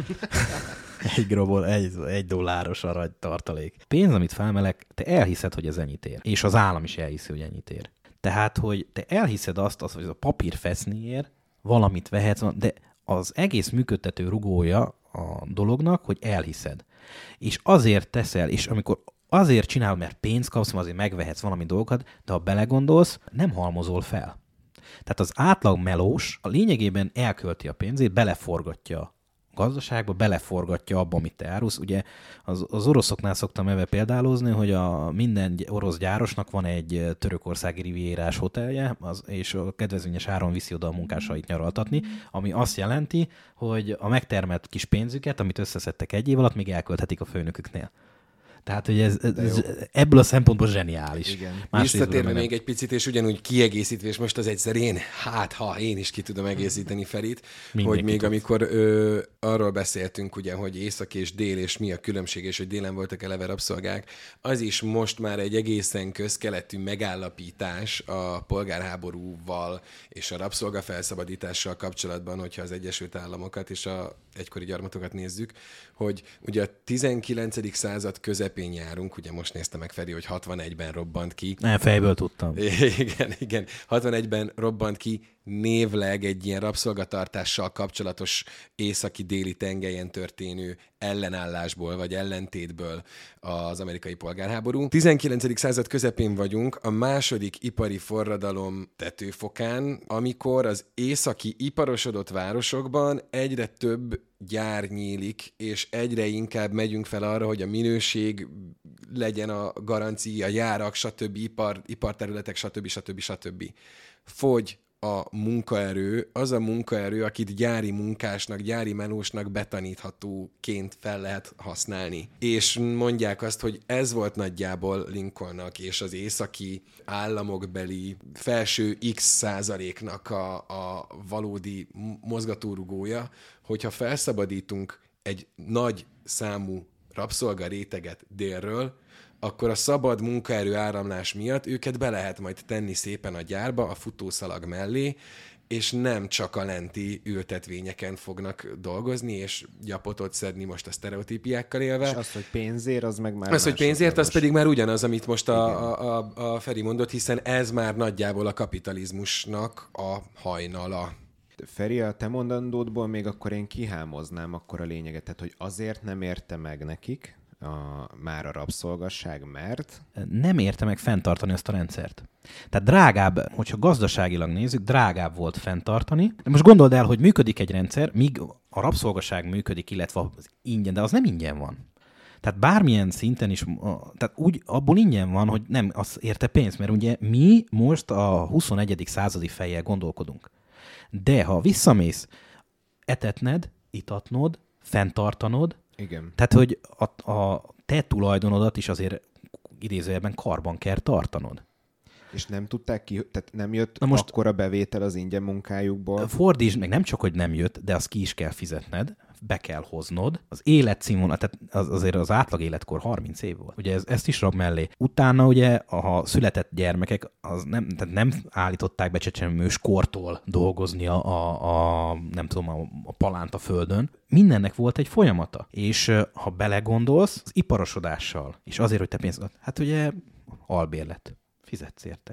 egy grobol, egy, egy dolláros arany tartalék. Pénz, amit felmelek, te elhiszed, hogy ez ennyit ér. És az állam is elhiszi, hogy ennyit ér. Tehát, hogy te elhiszed azt, azt hogy a papír feszniért valamit vehetsz, de az egész működtető rugója a dolognak, hogy elhiszed. És azért teszel, és amikor azért csinálod, mert pénzt kapsz, azért megvehetsz valami dolgokat, de ha belegondolsz, nem halmozol fel. Tehát az átlag melós a lényegében elkölti a pénzét, beleforgatja a gazdaságba, beleforgatja abba, amit te árulsz. Ugye az, az oroszoknál szoktam ebbe példálozni, hogy a minden orosz gyárosnak van egy törökországi rivierás hotelje, az, és a kedvezményes áron viszi oda a munkásait nyaraltatni, ami azt jelenti, hogy a megtermelt kis pénzüket, amit összeszedtek egy év alatt, még elkölthetik a főnöküknél. Tehát, hogy ez, ez ebből a szempontból zseniális. Visszatérve még egy picit, és ugyanúgy kiegészítve, és most az egyszer én, hát ha én is ki tudom egészíteni Ferit, mindenki hogy még tudsz. Amikor ö, arról beszéltünk, ugye, hogy észak és dél, és mi a különbség, és hogy délen voltak eleve rabszolgák, az is most már egy egészen közkeletű megállapítás a polgárháborúval és a rabszolgafelszabadítással kapcsolatban, hogyha az Egyesült Államokat és a egykori gyarmatokat nézzük, hogy ugye a tizenkilencedik század közepén járunk, ugye most nézte meg Feri, hogy hatvanegyben robbant ki. Nem, fejből tudtam. Igen, igen. hatvanegyben robbant ki névleg egy ilyen rabszolgatartással kapcsolatos északi-déli tengelyen történő ellenállásból, vagy ellentétből az amerikai polgárháború. tizenkilencedik század közepén vagyunk, a második ipari forradalom tetőfokán, amikor az északi iparosodott városokban egyre több gyár nyílik, és egyre inkább megyünk fel arra, hogy a minőség legyen a garancia, a gyárak, stb. Ipar, iparterületek, stb. stb. stb. Fogy a munkaerő, az a munkaerő, akit gyári munkásnak, gyári melósnak betaníthatóként fel lehet használni. És mondják azt, hogy ez volt nagyjából Lincolnnak és az északi államokbeli felső X százaléknak a, a valódi mozgatórugója, hogyha felszabadítunk egy nagy számú rabszolga réteget délről, akkor a szabad munkaerő áramlás miatt őket be lehet majd tenni szépen a gyárba, a futószalag mellé, és nem csak a lenti ültetvényeken fognak dolgozni, és gyapotot szedni most a sztereotípiákkal élve. És az, hogy pénzért, az meg már Az, hogy pénzért, az pedig már ugyanaz, amit most a, a, a Feri mondott, hiszen ez már nagyjából a kapitalizmusnak a hajnala. Feri, a te mondandódból még akkor én kihámoznám akkor a lényeget, tehát hogy azért nem érte meg nekik, A, már a rabszolgasság, mert... Nem érte meg fenntartani azt a rendszert. Tehát drágább, hogyha gazdaságilag nézzük, drágább volt fenntartani. De most gondold el, hogy működik egy rendszer, míg a rabszolgaság működik, illetve az ingyen, de az nem ingyen van. Tehát bármilyen szinten is, tehát úgy abból ingyen van, hogy nem az érte pénz, mert ugye mi most a huszonegyedik századi fejjel gondolkodunk. De ha visszamész, etetned, itatnod, fenntartanod, igen. Tehát, hogy a, a te tulajdonodat is azért idézőjelben karban kell tartanod. És nem tudták ki, tehát nem jött Na most akkora bevétel az ingyen munkájukból? Fordítsd meg, nem csak, hogy nem jött, de azt ki is kell fizetned, be kell hoznod. Az életszínvonal, tehát az, azért az átlag életkor harminc év volt. Ugye ez, ezt is rab mellé. Utána ugye a született gyermekek az nem, tehát nem állították be csecsemős kortól dolgozni a, a, a nem tudom, a, a palánt a földön. Mindennek volt egy folyamata. És ha belegondolsz, az iparosodással, és azért, hogy te pénzt, hát ugye albérlet. Fizetsz érte.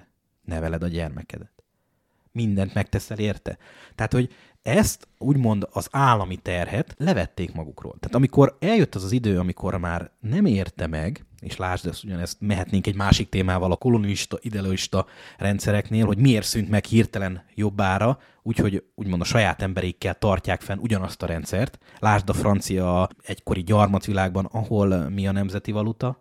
neveled a gyermekedet. Mindent megteszel érte. Tehát, hogy ezt úgymond az állami terhet levették magukról. Tehát amikor eljött az az idő, amikor már nem érte meg, és lásd, ezt ugyanezt mehetnénk egy másik témával a kolonialista, idealista rendszereknél, hogy miért szűnt meg hirtelen jobbára, úgyhogy úgymond a saját emberékkel tartják fenn ugyanazt a rendszert. Lásd a francia egykori gyarmatvilágban, ahol mi a nemzeti valuta?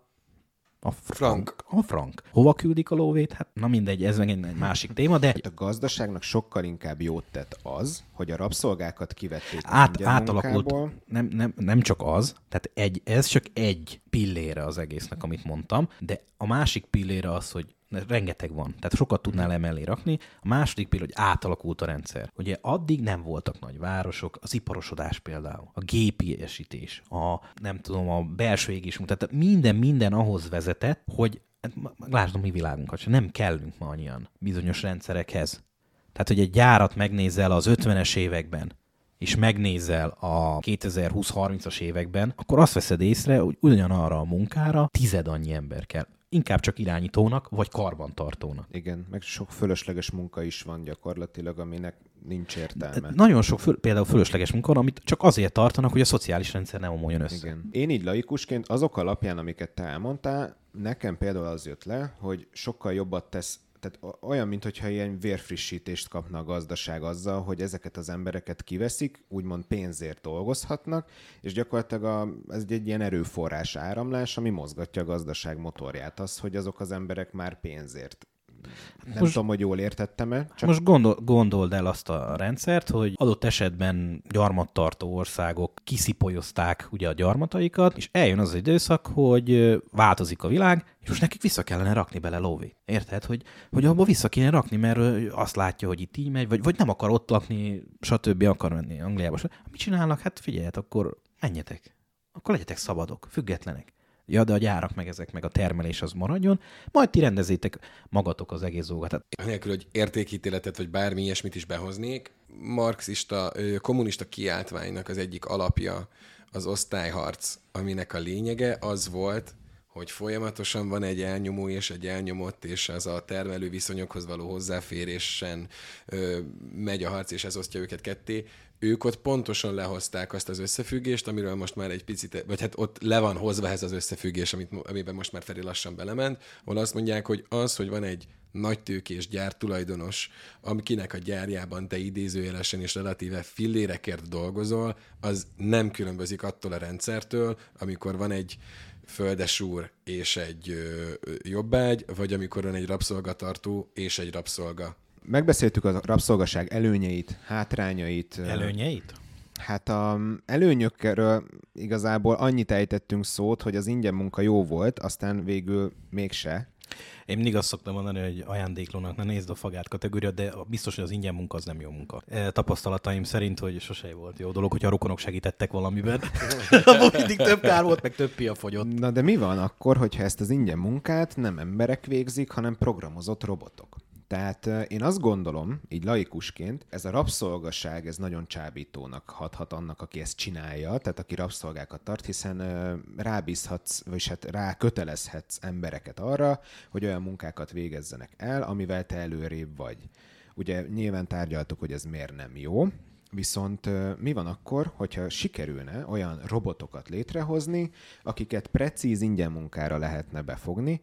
A frank. A frank. Hova küldik a lóvét? Hát na mindegy, ez meg egy másik téma, de... A gazdaságnak sokkal inkább jót tett az, hogy a rabszolgákat kivették Át, átalakult. Nem, nem, nem csak az, tehát egy, ez csak egy pillére az egésznek, amit mondtam, de a másik pillére az, hogy rengeteg van, tehát sokat tudnál emellé rakni. A második pillér, hogy átalakult a rendszer. Ugye addig nem voltak nagy városok, az iparosodás például, a gépiesítés, a nem tudom, a belső égés, tehát minden, minden ahhoz vezetett, hogy lásd a mi világunkat, nem kellünk ma annyian bizonyos rendszerekhez. Tehát, hogy egy gyárat megnézel az ötvenes években, és megnézel a kétezer-húsz-harmincas években, akkor azt veszed észre, hogy ugyanarra a munkára tized annyi ember kell. Inkább csak irányítónak, vagy karbantartónak. Igen, meg sok fölösleges munka is van gyakorlatilag, aminek nincs értelme. Nagyon sok, föl, például fölösleges munka van, amit csak azért tartanak, hogy a szociális rendszer ne omoljon össze. Igen. Én így laikusként azok alapján, amiket te elmondtál, nekem például az jött le, hogy sokkal jobbat tesz, tehát olyan, mintha ilyen vérfrissítést kapna a gazdaság azzal, hogy ezeket az embereket kiveszik, úgymond pénzért dolgozhatnak, és gyakorlatilag a, ez egy ilyen erőforrás áramlás, ami mozgatja a gazdaság motorját. Az, hogy azok az emberek már pénzért. Nem most, tudom, hogy jól értettem-e. Csak... Most gondol, gondold el azt a rendszert, hogy adott esetben gyarmattartó országok kiszipolyozták ugye a gyarmataikat, és eljön az, az időszak, hogy változik a világ, és most nekik vissza kellene rakni bele lóvét. Érted? Hogy, hogy abba vissza kéne rakni, mert azt látja, hogy itt így megy, vagy, vagy nem akar ott lakni, stb. Akar menni Angliába. Mit csinálnak? Hát figyeljet, akkor menjetek. Akkor legyetek szabadok, függetlenek. Ja, de a gyárak meg ezek, meg a termelés az maradjon, majd ti rendezzétek magatok az egész dolgot. Anélkül, hogy értékítéletet vagy bármi ilyesmit is behoznék, marxista, kommunista kiáltványnak az egyik alapja az osztályharc, aminek a lényege az volt, hogy folyamatosan van egy elnyomó és egy elnyomott, és az a termelő viszonyokhoz való hozzáférésen ö, megy a harc, és ez osztja őket ketté. Ők ott pontosan lehozták azt az összefüggést, amiről most már egy picit, vagy hát ott le van hozva ez az összefüggés, amit, amiben most már Feri lassan belement, ahol azt mondják, hogy az, hogy van egy nagy tőkés gyártulajdonos, akinek a gyárjában te idézőjelesen és relatíve fillérekért dolgozol, az nem különbözik attól a rendszertől, amikor van egy földesúr és egy ö, jobbágy, vagy amikor van egy rabszolgatartó és egy rabszolga. Megbeszéltük a rabszolgaság előnyeit, hátrányait. Előnyeit? Hát a előnyökről igazából annyit ejtettünk szót, hogy az ingyen munka jó volt, aztán végül mégse. Én mindig azt szoktam mondani, hogy ajándéklónak ne nézd a fagát kategória, de biztos, hogy az ingyen munka az nem jó munka. E, tapasztalataim szerint, hogy sose volt jó dolog, hogyha a rokonok segítettek valamiben. Abban mindig több kár volt, meg több pia fogyott. Na de mi van akkor, hogyha ezt az ingyen munkát nem emberek végzik, hanem programozott robotok? Tehát én azt gondolom, így laikusként, ez a rabszolgaság, ez nagyon csábítónak hathat annak, aki ezt csinálja, tehát aki rabszolgákat tart, hiszen rábízhatsz, vagy hát rákötelezhetsz embereket arra, hogy olyan munkákat végezzenek el, amivel te előrébb vagy. Ugye nyilván tárgyaltuk, hogy ez miért nem jó, viszont mi van akkor, hogyha sikerülne olyan robotokat létrehozni, akiket precíz ingyen munkára lehetne befogni,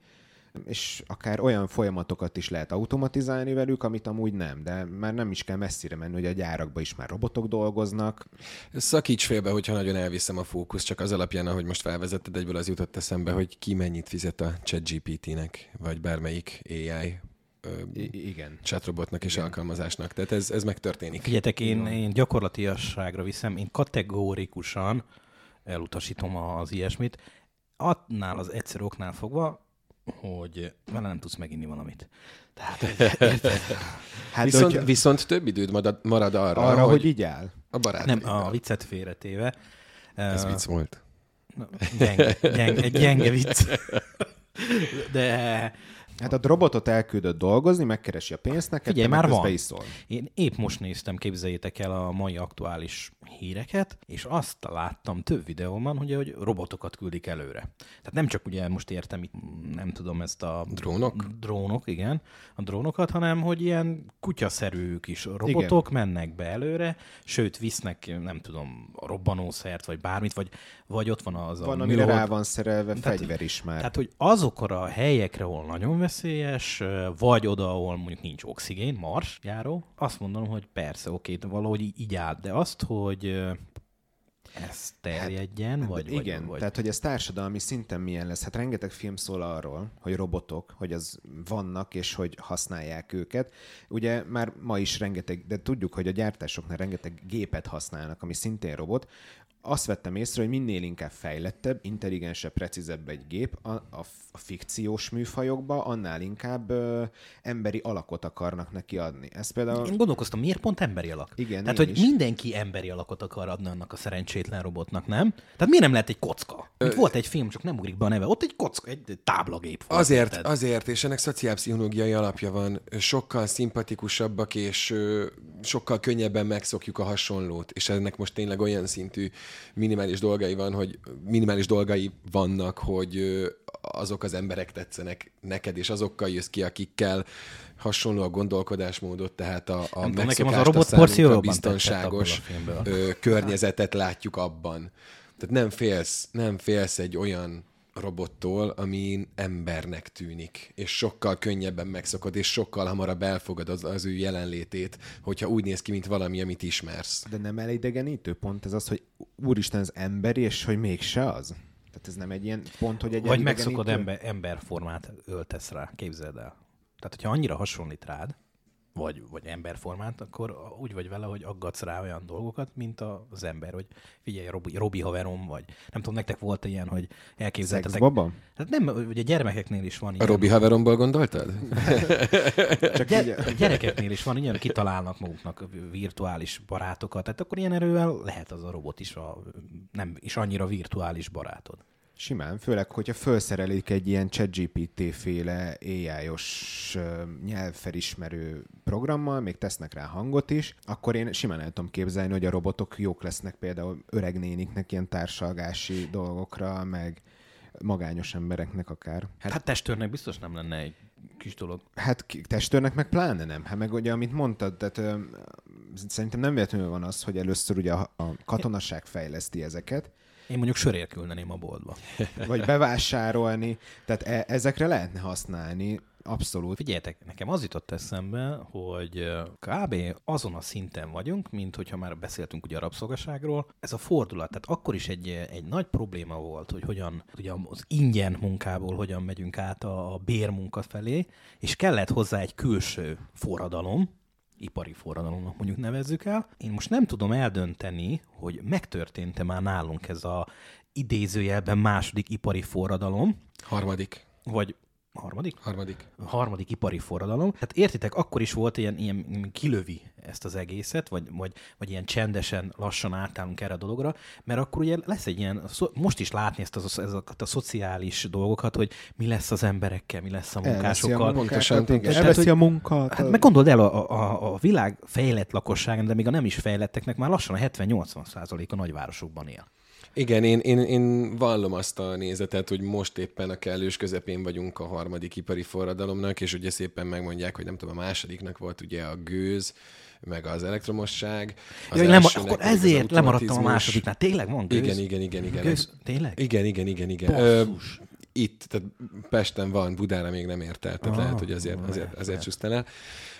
és akár olyan folyamatokat is lehet automatizálni velük, amit amúgy nem, de már nem is kell messzire menni, hogy a gyárakban is már robotok dolgoznak. Szakíts félbe, hogyha nagyon elviszem a fókusz, csak az alapján, ahogy most felvezetted, egyből az jutott eszembe, hogy ki mennyit fizet a ChatGPT-nek, vagy bármelyik á i I- igen. chatrobotnak és igen. alkalmazásnak. Tehát ez, ez megtörténik. Figyeljetek, én, én gyakorlatiasságra viszem, én kategórikusan elutasítom az ilyesmit. Annál az egyszerű oknál fogva, hogy vele nem tudsz meginni valamit. Tehát, hát viszont, hogyha... viszont több időd marad arra, arra hogy, hogy így áll. A barátaiddal. Nem, a viccet félretéve. Ez vicc volt. Gyenge, gyenge, egy gyenge vicc. De Hát a robotot elküldött dolgozni, megkeresi a pénzt neked, Figyelj, már van. Iszol. Én épp most néztem, képzeljétek el a mai aktuális híreket, és azt láttam több videóban, hogy, hogy robotokat küldik előre. Tehát nem csak ugye most értem itt, nem tudom ezt a... Drónok? Drónok, igen. A drónokat, hanem hogy ilyen kutyaszerű kis robotok igen. mennek be előre, sőt visznek, nem tudom, a robbanószert, vagy bármit, vagy, vagy ott van az van, a... Van, amire rá van szerelve tehát, fegyver is már. Tehát, hogy azokra a helyekre, ahol nagyon veszélyes, vagy oda, ahol mondjuk nincs oxigén, Mars járó, azt mondom, hogy persze, oké, valahogy így áll, de azt, hogy ez terjedjen, hát, vagy... Igen, vagy, tehát hogy ez társadalmi szinten milyen lesz. Hát rengeteg film szól arról, hogy robotok, hogy az vannak, és hogy használják őket. Ugye már ma is rengeteg, de tudjuk, hogy a gyártásoknál rengeteg gépet használnak, ami szintén robot. Azt vettem észre, hogy minél inkább fejlettebb, intelligensebb, precízebb egy gép a, a, a fikciós műfajokba, annál inkább ö, emberi alakot akarnak neki adni. Ez például... Én gondolkoztam, miért pont emberi alak? Igen, Tehát, hogy is. mindenki emberi alakot akar adni annak a szerencsétlen robotnak, nem? Tehát miért nem lehet egy kocka? Ö... Volt egy film, csak nem ugrik be a neve. Ott egy kocka, egy táblagép volt. Azért, érted? azért, és ennek szociálpszichológiai alapja van. Sokkal szimpatikusabbak, és ö, sokkal könnyebben megszokjuk a hasonlót. És ennek most tényleg olyan szintű minimális dolgai van, hogy minimális dolgai vannak, hogy azok az emberek tetszenek neked, és azokkal jössz ki, akikkel hasonló a gondolkodásmódot, tehát a, a megszokást, a számunkra biztonságos környezetet látjuk abban. Tehát nem félsz, nem félsz egy olyan robottól, ami embernek tűnik, és sokkal könnyebben megszokod, és sokkal hamarabb elfogad az, az ő jelenlétét, hogyha úgy néz ki, mint valami, amit ismersz. De nem elidegenítő pont ez az, hogy úristen, az emberi, és hogy mégse az? Tehát ez nem egy ilyen pont, hogy egy vagy megszokod ember, emberformát öltesz rá, képzeld el. Tehát, hogyha annyira hasonlít rád, vagy, vagy emberformát, akkor úgy vagy vele, hogy aggatsz rá olyan dolgokat, mint az ember, hogy figyelj, Robi, Robi haverom, vagy nem tudom, nektek volt ilyen, hogy elképzeltetek... Szexbaba? Hát nem, ugye gyerekeknél is van ilyen. A Robi haveromból gondoltad? Csak Gy- a gyerekeknél is van ilyen, kitalálnak maguknak virtuális barátokat, tehát akkor ilyen erővel lehet az a robot is, a, nem is annyira virtuális barátod. Simán, főleg, hogyha felszerelik egy ilyen ChatGPT-féle á i-os nyelvfelismerő programmal, még tesznek rá hangot is, akkor én simán el tudom képzelni, hogy a robotok jók lesznek például öreg néniknek ilyen társalgási dolgokra, meg magányos embereknek akár. Hát, hát testőrnek biztos nem lenne egy kis dolog. Hát testőrnek meg pláne nem. Hát meg ugye, amit mondtad, tehát ö, szerintem nem véletlenül van az, hogy először ugye a, a katonaság fejleszti ezeket, én mondjuk sörért küldeném a boltba. Vagy bevásárolni. Tehát e- ezekre lehetne használni. Abszolút. Figyeljetek, nekem az jutott eszembe, hogy kb. Azon a szinten vagyunk, mint hogyha már beszéltünk ugye a rabszolgaságról. Ez a fordulat, tehát akkor is egy, egy nagy probléma volt, hogy hogyan, ugye az ingyen munkából hogyan megyünk át a, a bérmunka felé, és kellett hozzá egy külső forradalom, ipari forradalomnak mondjuk nevezzük el. Én most nem tudom eldönteni, hogy megtörtént-e már nálunk ez a idézőjelben második ipari forradalom. Harmadik. Vagy harmadik? Harmadik. Harmadik ipari forradalom. Hát értitek, akkor is volt ilyen, ilyen kilövi ezt az egészet, vagy, vagy, vagy ilyen csendesen, lassan átállunk erre a dologra, mert akkor ugye lesz egy ilyen, most is látni ezt az, ezeket a szociális dolgokat, hogy mi lesz az emberekkel, mi lesz a munkásokkal. Pontosan, elveszi a munkát. Hát meg gondold el, a, a, a világ fejlett lakosság, de még a nem is fejletteknek már lassan a hetven-nyolcvan százalék a nagyvárosokban él. Igen, én, én, én vallom azt a nézetet, hogy most éppen a kellős közepén vagyunk a harmadik ipari forradalomnak, és ugye szépen megmondják, hogy nem tudom, a másodiknak volt ugye a gőz, meg az elektromosság. Az Jaj, nem, akkor ezért lemaradtam a másodiknál. Tényleg van gőz? Igen, igen, igen. igen. Gőz? Tényleg? Igen, igen, igen, igen. Ö, itt, tehát Pesten van, Budára még nem ért el, tehát ah, lehet, hogy azért, azért, azért csúsztál el.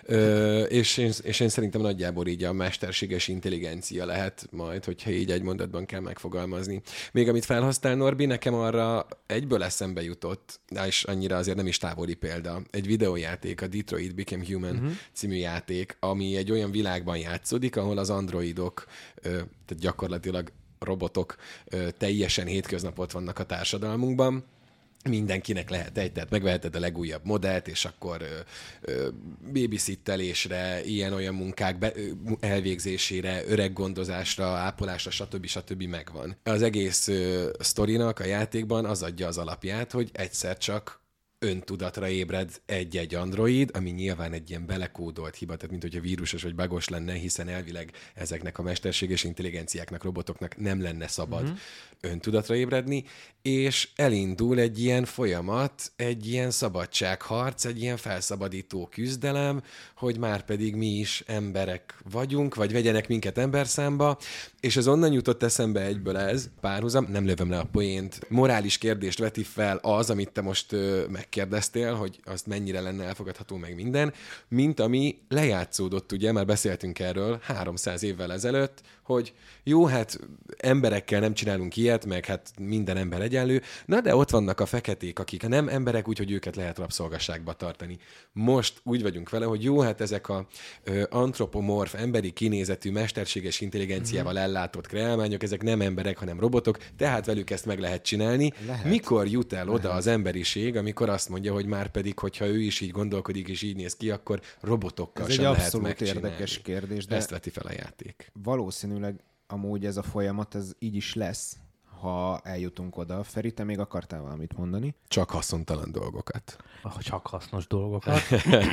Ö, és, én, és én szerintem nagyjából így a mesterséges intelligencia lehet majd, hogyha így egy mondatban kell megfogalmazni. Még amit felhasznál Norbi, nekem arra egyből eszembe jutott, és annyira azért nem is távoli példa, egy videójáték, a Detroit Become Human uh-huh. című játék, ami egy olyan világban játszódik, ahol az androidok, ö, tehát gyakorlatilag robotok ö, teljesen hétköznapot vannak a társadalmunkban, mindenkinek lehet egy, tehát megveheted a legújabb modellt, és akkor ö, ö, babysittelésre, ilyen-olyan munkák be, ö, elvégzésére, öreggondozásra, ápolásra, stb. stb. Megvan. Az egész ö, sztorinak a játékban az adja az alapját, hogy egyszer csak öntudatra ébred egy-egy android, ami nyilván egy ilyen belekódolt hiba, tehát mint hogyha vírusos vagy bagos lenne, hiszen elvileg ezeknek a mesterséges intelligenciáknak, robotoknak nem lenne szabad uh-huh. öntudatra ébredni, és elindul egy ilyen folyamat, egy ilyen szabadságharc, egy ilyen felszabadító küzdelem, hogy már pedig mi is emberek vagyunk, vagy vegyenek minket emberszámba, és ez onnan jutott eszembe egyből ez, párhuzam, nem lövöm le a poént, morális kérdést veti fel az, amit te most ö, megkérdeztél, hogy azt mennyire lenne elfogadható meg minden, mint ami lejátszódott, ugye, már beszéltünk erről háromszáz évvel ezelőtt, hogy jó, hát emberekkel nem csinálunk ilyet, meg hát minden ember egyenlő, na de ott vannak a feketék, akik nem emberek, úgyhogy őket lehet rabszolgasságba tartani. Most úgy vagyunk vele, hogy jó, hát ezek a ö, antropomorf, emberi kinézetű, mesterséges intelligenciával mm-hmm. ellátott kreálmányok, ezek nem emberek, hanem robotok, tehát velük ezt meg lehet csinálni. Lehet. Mikor jut el oda lehet. Az emberiség, amikor azt mondja, hogy már pedig, hogyha ő is így gondolkodik és így néz ki, akkor robotokkal ez sem lehet megcsinálni. Ez egy abszolút érdekes kérdés, de ezt veti fel a játék. Valószínűleg amúgy ez a folyamat, ez így is lesz, ha eljutunk oda. Feri, te még akartál valamit mondani? Csak haszontalan dolgokat. Csak hasznos dolgokat.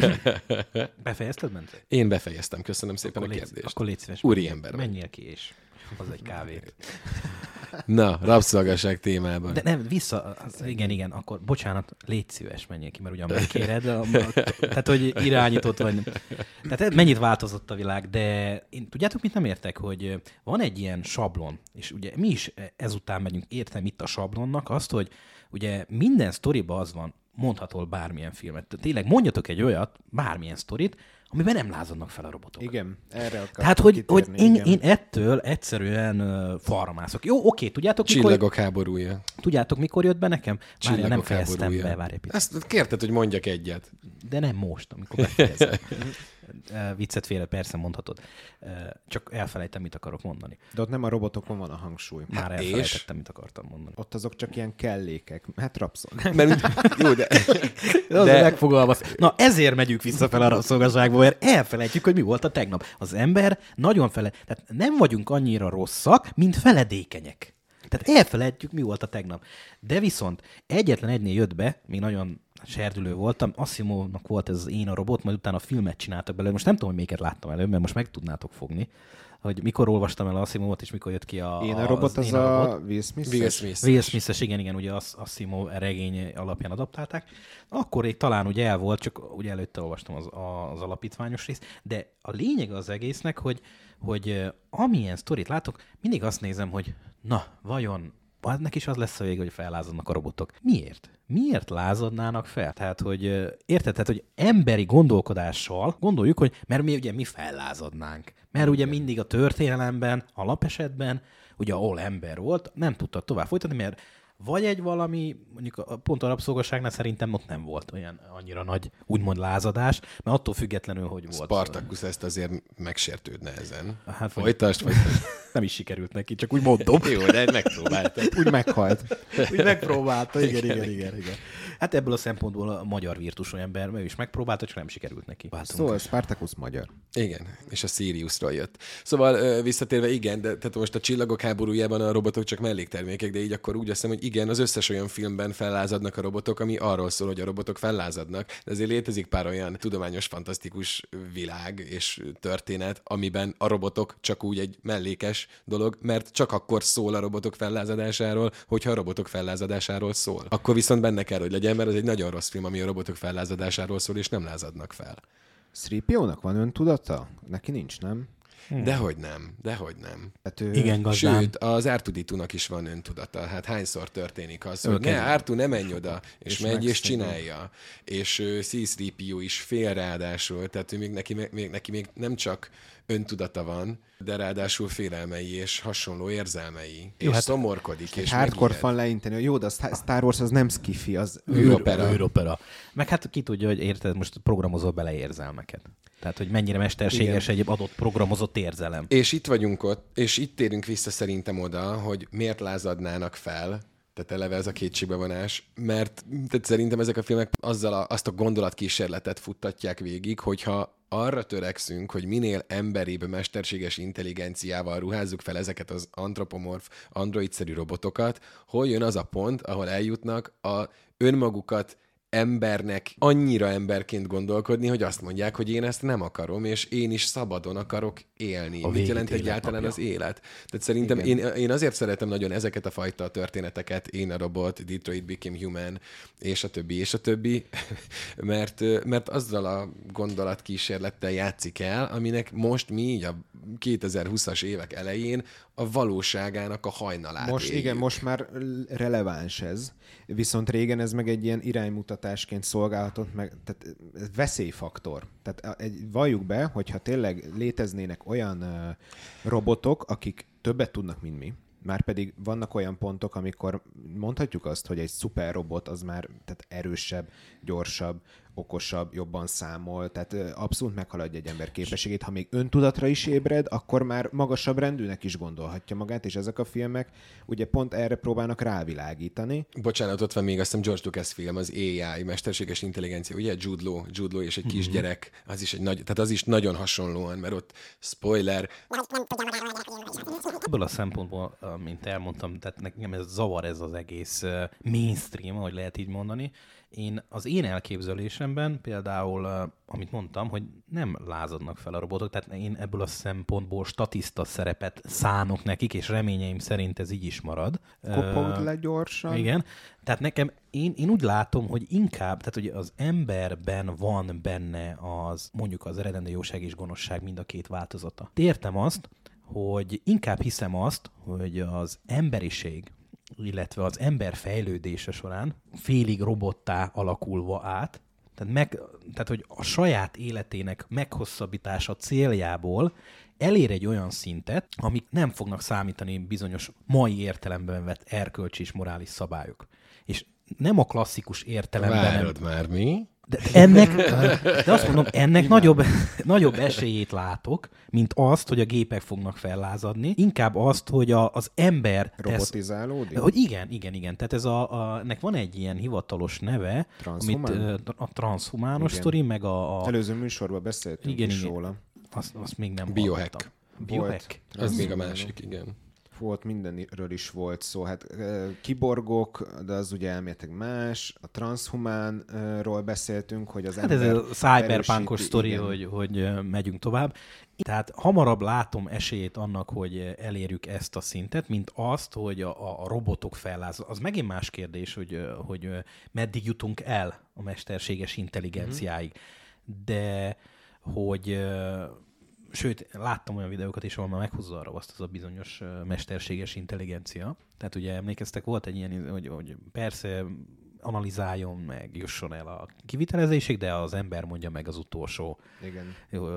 Befejezted, Bence? Én befejeztem, köszönöm szépen akkor a légy, kérdést. Akkor légy szíves. Úri ember. Menjél ki és az egy kávét. Na, rabszolgaság témában. De nem, vissza, az, igen, igen, akkor bocsánat, légy szíves, menjél ki, mert ugyan megkéred, a, a, tehát hogy irányított vagy. Tehát mennyit változott a világ, de én, tudjátok, mit nem értek, hogy van egy ilyen sablon, és ugye mi is ezután megyünk, értem itt a sablonnak azt, hogy ugye minden sztoriban az van, mondhatol bármilyen filmet. Tényleg mondjatok egy olyat, bármilyen sztorit, amiben nem lázadnak fel a robotok. Igen, erre akartam Tehát, hogy, kitérni, hogy én, én ettől egyszerűen uh, falramászok. Jó, oké, tudjátok, mikor... Csillagok háborúja. Tudjátok, mikor jött be nekem? Várjál, nem fejeztem háborúja. be, várj egy picit. Azt kérted, hogy mondjak egyet. De nem most, amikor befejezem. uh, viccet félre, persze mondhatod. Uh, csak elfelejtem, mit akarok mondani. De ott nem a robotokon van a hangsúly. Már hát elfelejtettem, mit akartam mondani. Ott azok csak ilyen kellékek. Hát rabszolgák. Mert, jó, de... de... de... megfogalmaz. Na, ezért megyünk vissza fel a rabszolgaságba, mert elfelejtjük, hogy mi volt a tegnap. Az ember nagyon fele... Tehát nem vagyunk annyira rosszak, mint feledékenyek. Tehát elfelejtjük, mi volt a tegnap. De viszont egyetlen egynél jött be, még nagyon serdülő voltam, Asimovnak volt ez az Én a robot, majd utána filmet csináltak belőle. Most nem tudom, hogy melyiket láttam előbb, mert most meg tudnátok fogni, hogy mikor olvastam el Asimovot, és mikor jött ki a... Én a robot, az, az a, a Will Smith-es? Will Smith-es. Will Smith-es, igen, igen, ugye az Asimov regény alapján adaptálták. Akkor egy talán ugye el volt, csak ugye előtte olvastam az, az alapítványos részt, de a lényeg az egésznek, hogy, hogy amilyen sztorit látok, mindig azt nézem, hogy na, vajon ennek is az lesz a vége, hogy fellázadnak a robotok. Miért? Miért lázadnának fel? Tehát, hogy érted? Tehát, hogy emberi gondolkodással gondoljuk, hogy mert mi ugye mi fellázadnánk. Mert ugye mindig a történelemben, alapesetben, ugye ahol ember volt, nem tudtak tovább folytatni, mert vagy egy valami, mondjuk pont a rabszolgaságnál szerintem ott nem volt olyan annyira nagy, úgymond lázadás, mert attól függetlenül, hogy volt. Spartacus ezt azért megsértődne ezen. Hát, folytasd, folytasd. Nem is sikerült neki, csak úgy mondom. Jó, de megpróbálta. Úgy meghalt. Úgy megpróbálta, igen, igen, igen, igen, igen. Hát ebből a szempontból a magyar virtus ember, ő is megpróbálta, csak nem sikerült neki. Váltunk szóval Spartacus magyar. Igen, és a Siriusról jött. Szóval visszatérve, igen, de tehát most a Csillagok háborújában a robotok csak melléktermékek, de így akkor úgy azt hiszem, hogy igen, az összes olyan filmben fellázadnak a robotok, ami arról szól, hogy a robotok fellázadnak. De azért létezik pár olyan tudományos, fantasztikus világ és történet, amiben a robotok csak úgy egy mellékes dolog, mert csak akkor szól a robotok fellázadásáról, hogyha a robotok fellázadásáról szól. Akkor viszont benne kell, hogy legyen, mert ez egy nagyon rossz film, ami a robotok fellázadásáról szól, és nem lázadnak fel. három pé ó-nak van öntudata? Neki nincs, nem? Hmm. Dehogy nem, dehogy nem. Hát ő... Igen, gazdám. Sőt, az er kettő dé kettőnek is van öntudata. Hát hányszor történik az, hogy ne, er kettő ne menj oda, és, és megy és csinálja. És uh, cé három pé ó is fél ráadásul, tehát ő még neki, még, neki még nem csak öntudata van, de ráadásul félelmei és hasonló érzelmei. Jó, és hát szomorkodik. És hardcore fan leinteni, hogy jó, de a Star Wars az nem skifi, az űropera. űropera. Meg hát ki tudja, hogy érted, most programozol bele érzelmeket. Tehát, hogy mennyire mesterséges igen. egy adott programozott érzelem. És itt vagyunk ott, és itt térünk vissza szerintem oda, hogy miért lázadnának fel, tehát eleve ez a kétségbevonás, mert tehát szerintem ezek a filmek azzal a, azt a gondolatkísérletet futtatják végig, hogyha arra törekszünk, hogy minél emberibb mesterséges intelligenciával ruházzuk fel ezeket az antropomorf, androidszerű robotokat, hol jön az a pont, ahol eljutnak a önmagukat embernek annyira emberként gondolkodni, hogy azt mondják, hogy én ezt nem akarom, és én is szabadon akarok élni. A Mit jelent végítélet egyáltalán napja. az élet? Tehát szerintem én, én azért szeretem nagyon ezeket a fajta történeteket, Én a robot, Detroit Became Human, és a többi, és a többi, mert, mert azzal a gondolatkísérlettel játszik el, aminek most mi így a kétezer-húszas évek elején a valóságának a hajnalát Most éljük. igen, most már releváns ez, viszont régen ez meg egy ilyen iránymutatásként szolgálhatott, meg, tehát ez veszélyfaktor. Tehát egy, valljuk be, hogyha tényleg léteznének olyan uh, robotok, akik többet tudnak, mint mi, márpedig vannak olyan pontok, amikor mondhatjuk azt, hogy egy szuper robot az már tehát erősebb, gyorsabb, okosabb, jobban számol, tehát abszolút meghaladja egy ember képességét. Ha még öntudatra is ébred, akkor már magasabb rendűnek is gondolhatja magát, és ezek a filmek ugye pont erre próbálnak rávilágítani. Bocsánat, ott van még azt hiszem George Lucas film, az á i, mesterséges intelligencia, ugye? Jude Law, Jude Law és egy kisgyerek, az is egy nagy, tehát az is nagyon hasonlóan, mert ott spoiler. Ebből a szempontból, mint elmondtam, tehát nekem ez zavar ez az egész mainstream, ahogy lehet így mondani. Én az én elképzelésemben például, amit mondtam, hogy nem lázadnak fel a robotok, tehát én ebből a szempontból statiszta szerepet szánok nekik, és reményeim szerint ez így is marad. Kopogd le gyorsan. Igen. Tehát nekem, én, én úgy látom, hogy inkább, tehát hogy az emberben van benne az, mondjuk az eredendő jóság és gonoszság mind a két változata. Értem azt, hogy inkább hiszem azt, hogy az emberiség, illetve az ember fejlődése során félig robottá alakulva át, tehát, meg, tehát hogy a saját életének meghosszabbítása céljából elér egy olyan szintet, amik nem fognak számítani bizonyos mai értelemben vett erkölcsi és morális szabályok. És nem a klasszikus értelemben... Várod már, mi? De ennek, de azt mondom, ennek nagyobb, nagyobb esélyét látok, mint azt, hogy a gépek fognak fellázadni. Inkább azt, hogy a, az ember... Robotizálódik? Tesz, hogy igen, igen, igen. Tehát ez a, a, ennek van egy ilyen hivatalos neve, Transhumán? amit a transhumános Igen. sztori, meg a... a Előző műsorban beszéltünk igen, is igen. róla. Azt, azt még nem Biohack. hallottam. Biohack. Ez még a másik, igen. Volt, mindenről is volt szó. Hát kiborgok, de az ugye elméletek más. A transhumánról beszéltünk, hogy az Hát ember ez a cyberpunkos erősíti, sztori, igen. hogy, hogy megyünk tovább. Tehát hamarabb látom esélyét annak, hogy elérjük ezt a szintet, mint azt, hogy a, a robotok fellázadnak. Az megint más kérdés, hogy, hogy meddig jutunk el a mesterséges intelligenciáig. De hogy... Sőt, láttam olyan videókat is, ahol már meghúzza arra azt az a bizonyos mesterséges intelligencia. Tehát ugye emlékeztek, volt egy ilyen, hogy, hogy persze analizáljon meg, jusson el a kivitelezésig, de az ember mondja meg az utolsó Igen.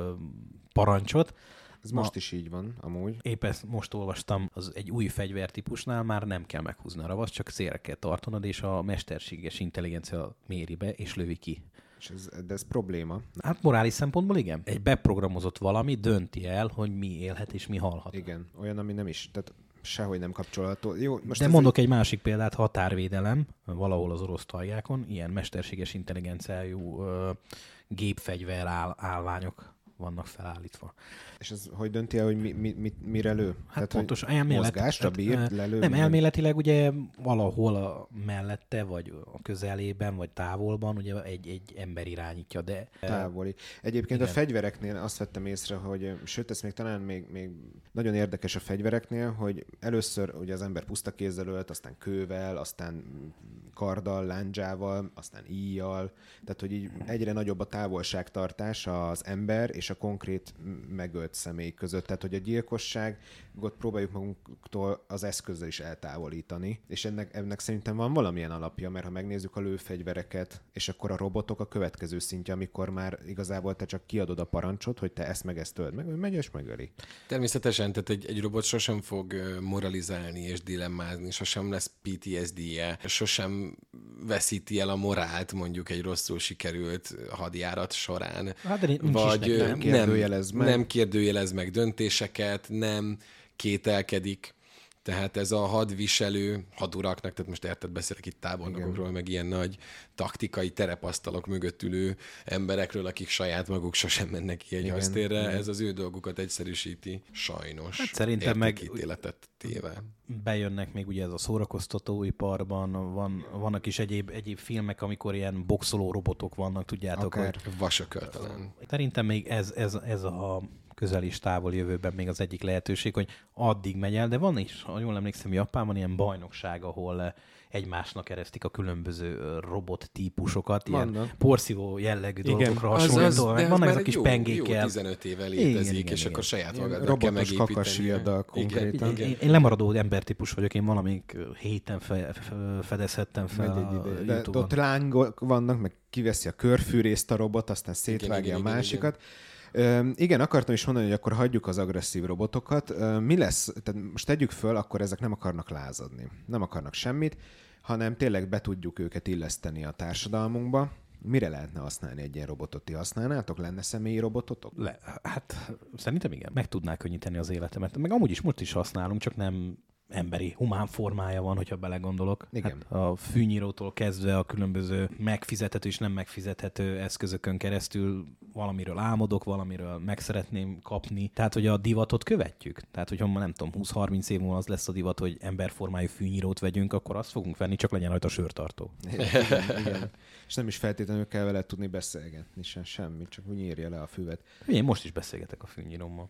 parancsot. Ez Ma, most is így van, amúgy. Épp ezt most olvastam, az egy új fegyvertípusnál már nem kell meghúzni a ravaszt, csak szélre kell tartanod, és a mesterséges intelligencia méri be, és lövi ki. És ez, de ez probléma. Hát morális szempontból igen. Egy beprogramozott valami dönti el, hogy mi élhet és mi halhat. Igen, olyan, ami nem is, tehát sehogy nem kapcsolható. Jó, most de ez mondok egy... egy másik példát, határvédelem, valahol az orosz taljákon, ilyen mesterséges intelligenciájú ö, gépfegyver áll, állványok vannak felállítva. És ez hogy dönti el, hogy mi, mi, mi, mire lő? Hát tehát, pontos elmélet. Mozgásra bír, hát, lelő? Nem, minden? elméletileg ugye valahol a mellette, vagy a közelében, vagy távolban ugye egy, egy ember irányítja, de... Távoli. Egyébként igen. a fegyvereknél azt vettem észre, hogy sőt, ez még talán még, még nagyon érdekes a fegyvereknél, hogy először ugye az ember puszta kézzel ölt, aztán kővel, aztán karddal, lándzsával, aztán íjjal, tehát hogy így egyre nagyobb a távolságtartás az ember és a konkrét megölt személy között. Tehát, hogy a gyilkosságot próbáljuk magunktól az eszközzel is eltávolítani, és ennek, ennek szerintem van valamilyen alapja, mert ha megnézzük a lőfegyvereket, és akkor a robotok a következő szintje, amikor már igazából te csak kiadod a parancsot, hogy te ezt meg ezt töld meg, ő megy és megöli. Természetesen, tehát egy, egy robot sosem fog moralizálni és dilemmázni, sosem lesz pé té es dé-je, sosem veszíti el a morált mondjuk egy rosszul sikerült hadjárat során. Hát de nincs vagy is nem kérdőjelez meg. nem kérdőjelez meg döntéseket, nem kételkedik. Tehát ez a hadviselő haduraknak, tehát most érted, beszélek itt tábornokokról, meg ilyen nagy taktikai terepasztalok mögött ülő emberekről, akik saját maguk sosem mennek ki egy hasztérre, ez az ő dolgukat egyszerűsíti, sajnos. Hát szerintem meg értékítéletet téve. Bejönnek még ugye ez a szórakoztatóiparban, van, vannak is egyéb, egyéb filmek, amikor ilyen boxoló robotok vannak, tudjátok, akár hogy... Vasakör talán. Szerintem még ez, ez, ez a közel is távol jövőben még az egyik lehetőség, hogy addig megy el, de van is, ha jól emlékszem, Japánban ilyen bajnokság, ahol egymásnak eresztik a különböző robot típusokat, ilyen Vannak. porszívó jellegű igen, dolgokra hasonlítva. Meg vannak ez a kis jó, pengékkel. Jó tizenöt éve létezik, igen, igen, és igen, akkor saját magaddal kell megépíteni. Robotos kakasviaddal konkrétan. Igen, én, én lemaradó embertípus vagyok, én valamelyik héten fe, fedezhettem fel a de ott lángok vannak, meg kiveszi a körfűrészt a robot, aztán szétvágja igen, a igen, másikat. Igen. Ö, igen, akartam is mondani, hogy akkor hagyjuk az agresszív robotokat. Ö, mi lesz, tehát most tegyük föl, akkor ezek nem akarnak lázadni, nem akarnak semmit, hanem tényleg be tudjuk őket illeszteni a társadalmunkba. Mire lehetne használni egy ilyen robotot? Ti használnátok? Lenne személyi robototok? Le, hát szerintem igen, meg tudná könnyíteni az életemet. Meg amúgy is most is használunk, csak nem emberi, humán formája van, hogyha belegondolok. Igen. Hát a fűnyírótól kezdve a különböző megfizethető és nem megfizethető eszközökön keresztül valamiről álmodok, valamiről meg szeretném kapni. Tehát, hogy a divatot követjük. Tehát, hogyha ma nem tudom, húsz-harminc év múlva az lesz a divat, hogy emberformájú fűnyírót vegyünk, akkor azt fogunk venni, csak legyen rajta sörtartó. Igen, igen. És nem is feltétlenül kell vele tudni beszélgetni, sem semmi, csak úgy nyírja le a füvet. Én most is beszélgetek a fűnyírommal.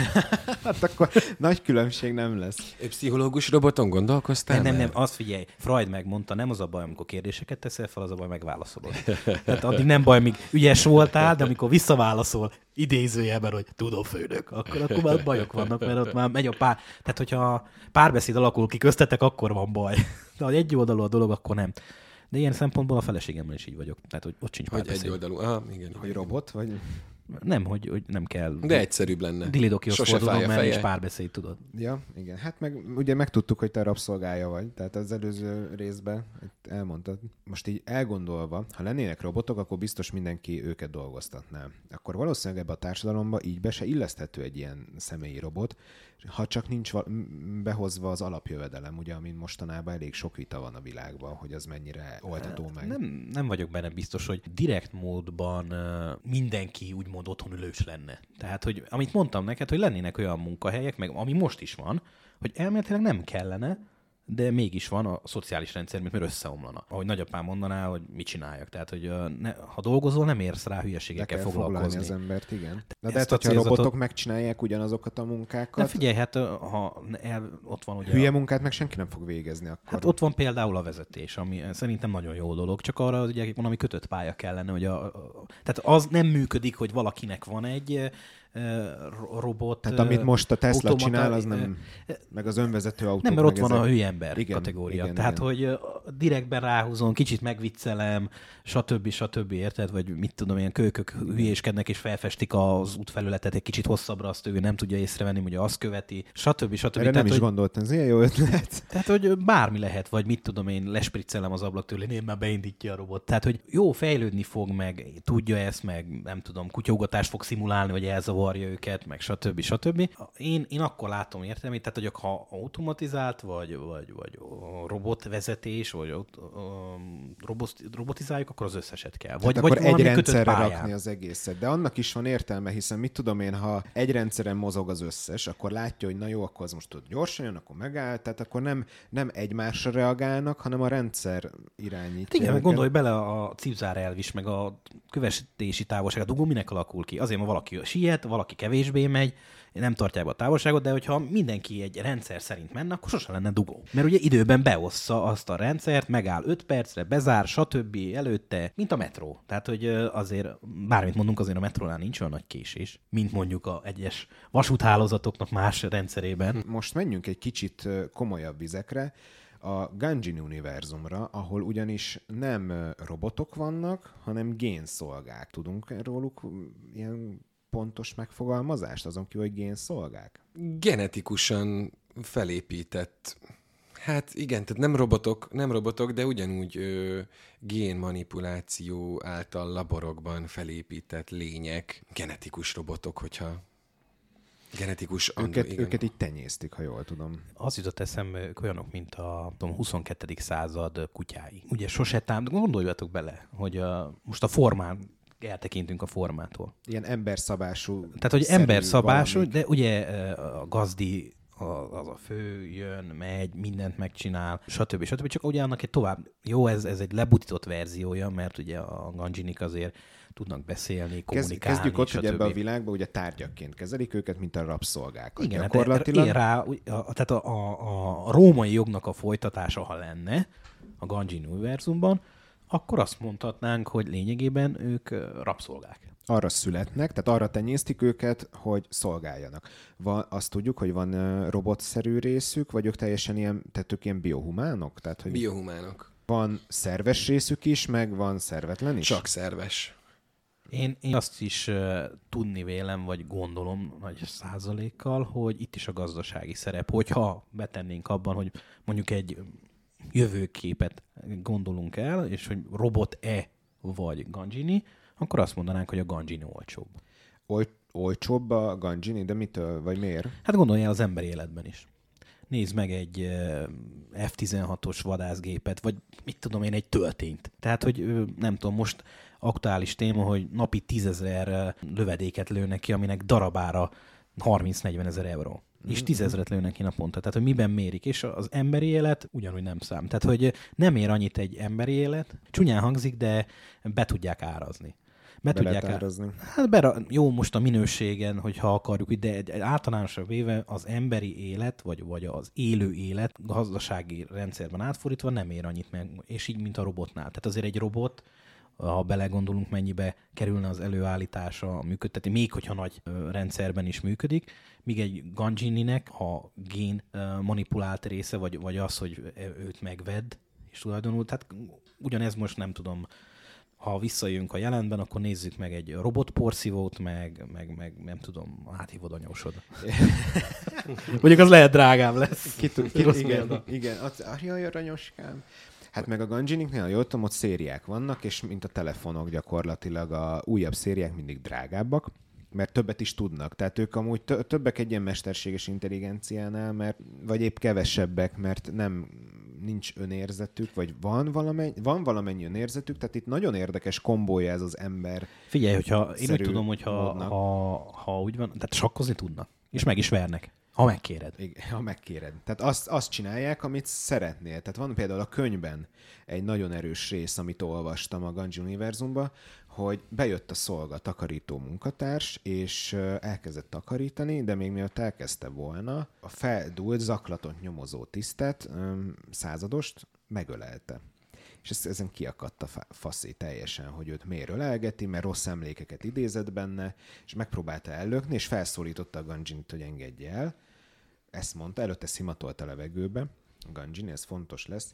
Hát akkor nagy különbség nem lesz. Egy pszichológus roboton gondolkoztál? Nem, nem, nem, azt figyelj, Freud megmondta, nem az a baj, amikor kérdéseket teszel fel, az a baj, megválaszolod. Tehát addig nem baj, amíg ügyes voltál, de amikor visszaválaszol idézőjelben, hogy tudom főnök, akkor, akkor már bajok vannak, mert ott már megy a pár... Tehát, hogyha párbeszéd alakul ki köztetek, akkor van baj. De ha egy oldalú a dolog, akkor nem. De ilyen szempontból a feleségemmel is így vagyok. Tehát, hogy ott sincs párbeszéd. Hogy egy oldalú, aha, igen. Hogy robot, vagy... Nem, hogy, hogy nem kell. De egyszerűbb lenne. Dilidokihoz fordulom, mert nincs párbeszéd, tudod. Ja, igen. Hát meg ugye megtudtuk, hogy te rabszolgája vagy. Tehát az előző részben elmondtad. Most így elgondolva, ha lennének robotok, akkor biztos mindenki őket dolgoztatná. Akkor valószínűleg ebbe a társadalomba így be se illeszthető egy ilyen személyi robot, ha csak nincs behozva az alapjövedelem, ugye, amin mostanában elég sok vita van a világban, hogy az mennyire oldható meg. Nem, nem vagyok benne biztos, hogy direkt módban mindenki úgymond otthonülős lenne. Tehát, hogy amit mondtam neked, hogy lennének olyan munkahelyek, meg ami most is van, hogy elméletileg nem kellene, de mégis van a szociális rendszer, mint mert összeomlana. Ahogy nagyapám mondaná, hogy mit csináljak. Tehát, hogy ne, ha dolgozol, nem érsz rá hülyeségekkel foglalkozni. Az embert, igen. De, de hát, hogyha a robotok célzatot... megcsinálják ugyanazokat a munkákat... De figyelj, hát ha el, ott van ugye... Hülye a... munkát meg senki nem fog végezni akkor. Hát ott van például a vezetés, ami szerintem nagyon jó dolog. Csak arra ugye valami kötött pálya kellene, hogy a, a... Tehát az nem működik, hogy valakinek van egy... robot. Tehát amit most a Tesla automata, csinál, az nem, meg az önvezető autó. Nem, mert ott van ezek... a hülye ember igen, kategória. Igen, Tehát, igen. hogy direktben ráhúzom, kicsit megviccelem, stb. stb. Érted? Vagy mit tudom, ilyen kölykök hülyéskednek és felfestik az útfelületet egy kicsit hosszabbra, azt ő nem tudja észrevenni, hogy azt követi, stb. stb. Erre nem tehát, is hogy... gondoltam, ez ilyen jó ötlet. Tehát, hogy bármi lehet, vagy mit tudom én, lespriccelem az ablak tőle, én már beindítja a robot. Tehát, hogy jó, fejlődni fog, meg tudja ezt, meg nem tudom, kutyaugatást fog szimulálni, vagy elzavarja őket, meg stb. stb. Én, én akkor látom értelmét, tehát, hogy ha automatizált, vagy, vagy, vagy robotvezetés, vagy robot, robotizáljuk, akkor az összeset kell. Vagy, akkor vagy egy rendszerre rakni az egészet. De annak is van értelme, hiszen mit tudom én, ha egy rendszeren mozog az összes, akkor látja, hogy na jó, akkor az most tud gyorsan jön, akkor megáll, tehát akkor nem, nem egymásra reagálnak, hanem a rendszer irányítja. Igen, meg gondolj bele a cipzár elv is, meg a követési távolság, a dugó minek alakul ki? Azért, mert valaki siet, valaki kevésbé megy, nem tartják be a távolságot, de hogyha mindenki egy rendszer szerint menne, akkor sosem lenne dugó. Mert ugye időben beossza azt a rendszert, megáll öt percre, bezár, stb. Előtte, mint a metró. Tehát, hogy azért, bármit mondunk, azért a metrónál nincs olyan nagy késés, mint mondjuk a egyes vasúthálózatoknak más rendszerében. Most menjünk egy kicsit komolyabb vizekre, a Gungeon univerzumra, ahol ugyanis nem robotok vannak, hanem génszolgák. Tudunk róluk ilyen pontos megfogalmazást, azon kívül, hogy génszolgák? Genetikusan felépített, hát igen, tehát nem robotok, nem robotok, de ugyanúgy ö, génmanipuláció által laborokban felépített lények, genetikus robotok, hogyha Genetikus android, őket, igen. Őket így tenyésztik, ha jól tudom. Az jutott eszembe, ők olyanok, mint a tudom, huszonkettő század kutyái. Ugye sose tám, gondoljatok bele, hogy a, most a formán eltekintünk a formától. Ilyen emberszabású. Tehát, hogy emberszabású, valamik. De ugye a gazdi az a fő, jön, megy, mindent megcsinál, stb. stb. Csak ugye annak egy tovább, jó, ez, ez egy lebutított verziója, mert ugye a Ganjinik azért tudnak beszélni, kommunikálni, Kezdjük ott, stb. Hogy ebbe a világban ugye tárgyakként kezelik őket, mint a rabszolgákat. Igen, gyakorlatilag. Hát rá, tehát a, a, a római jognak a folytatása, ha lenne a Ganjin univerzumban, akkor azt mondhatnánk, hogy lényegében ők rabszolgák. Arra születnek, tehát arra tenyésztik őket, hogy szolgáljanak. Van, azt tudjuk, hogy van uh, robotszerű részük, vagy ők teljesen ilyen, tehát ők ilyen biohumánok? Tehát, hogy biohumánok. Van szerves részük is, meg van szervetlen is? Csak szerves. Én, én azt is uh, tudni vélem, vagy gondolom nagy százalékkal, hogy itt is a gazdasági szerep. Hogyha betennénk abban, hogy mondjuk egy jövőképet gondolunk el, és hogy robot-e vagy Ganjini, akkor azt mondanánk, hogy a Ganjini olcsóbb. Oly, olcsóbb a Ganjini, de mitől, vagy miért? Hát gondolj el az emberi életben is. Nézd meg egy ef tizenhatos vadászgépet, vagy mit tudom én, egy töltényt. Tehát, hogy nem tudom, most aktuális téma, hogy napi tízezer lövedéket lőnek ki, aminek darabára harminc-negyven ezer euró. És tízezret lőnek ki naponta. Tehát, hogy miben mérik. És az emberi élet ugyanúgy nem szám. Tehát, hogy nem ér annyit egy emberi élet. Csúnyán hangzik, de be tudják árazni. Be, be tudják árazni. Hát be, jó, most a minőségen, hogyha akarjuk, de egy, egy általánosabb véve az emberi élet, vagy, vagy az élő élet gazdasági rendszerben átfordítva nem ér annyit meg. És így, mint a robotnál. Tehát azért egy robot, ha belegondolunk, mennyibe kerülne az előállítása, a működteti, még hogyha nagy rendszerben is működik, míg egy Ganjininek a gén manipulált része, vagy, vagy az, hogy őt megvedd, és tulajdonul, tehát ugyanez most nem tudom, ha visszajövünk a jelenben, akkor nézzük meg egy robotporszívót, meg, meg, meg nem tudom, áthívod anyósod. Mondjuk az lehet drágább lesz. Ki tud, ki, igen, igen, az, jaj, aranyoskám. Hát meg a Ganjiniknél, ha jól tudom, ott szériák vannak, és mint a telefonok gyakorlatilag a újabb szériák mindig drágábbak, mert többet is tudnak. Tehát ők amúgy t- többek egy ilyen mesterséges intelligenciánál, mert, vagy épp kevesebbek, mert nem nincs önérzetük, vagy van valamennyi, van valamennyi önérzetük, tehát itt nagyon érdekes kombója ez az ember. Figyelj, hogyha én úgy tudom, hogy ha, ha, ha úgy van, tehát sakkozni tudnak, és meg is vernek. Ha megkéred. Igen, ha megkéred. Tehát azt, azt csinálják, amit szeretnél. Tehát van például a könyvben egy nagyon erős rész, amit olvastam a Ganjin univerzumban, hogy bejött a szolga takarító munkatárs, és elkezdett takarítani, de még mielőtt elkezdte volna, a feldúlt, zaklatott nyomozó tisztet, századost megölelte. És ez, ezen kiakadt a faszé teljesen, hogy őt miért ölelgeti, mert rossz emlékeket idézett benne, és megpróbálta ellökni, és felszólította a Ganjinit, hogy engedje el. Ezt mondta, előtte szimatolt a levegőbe, a Ganjin, ez fontos lesz,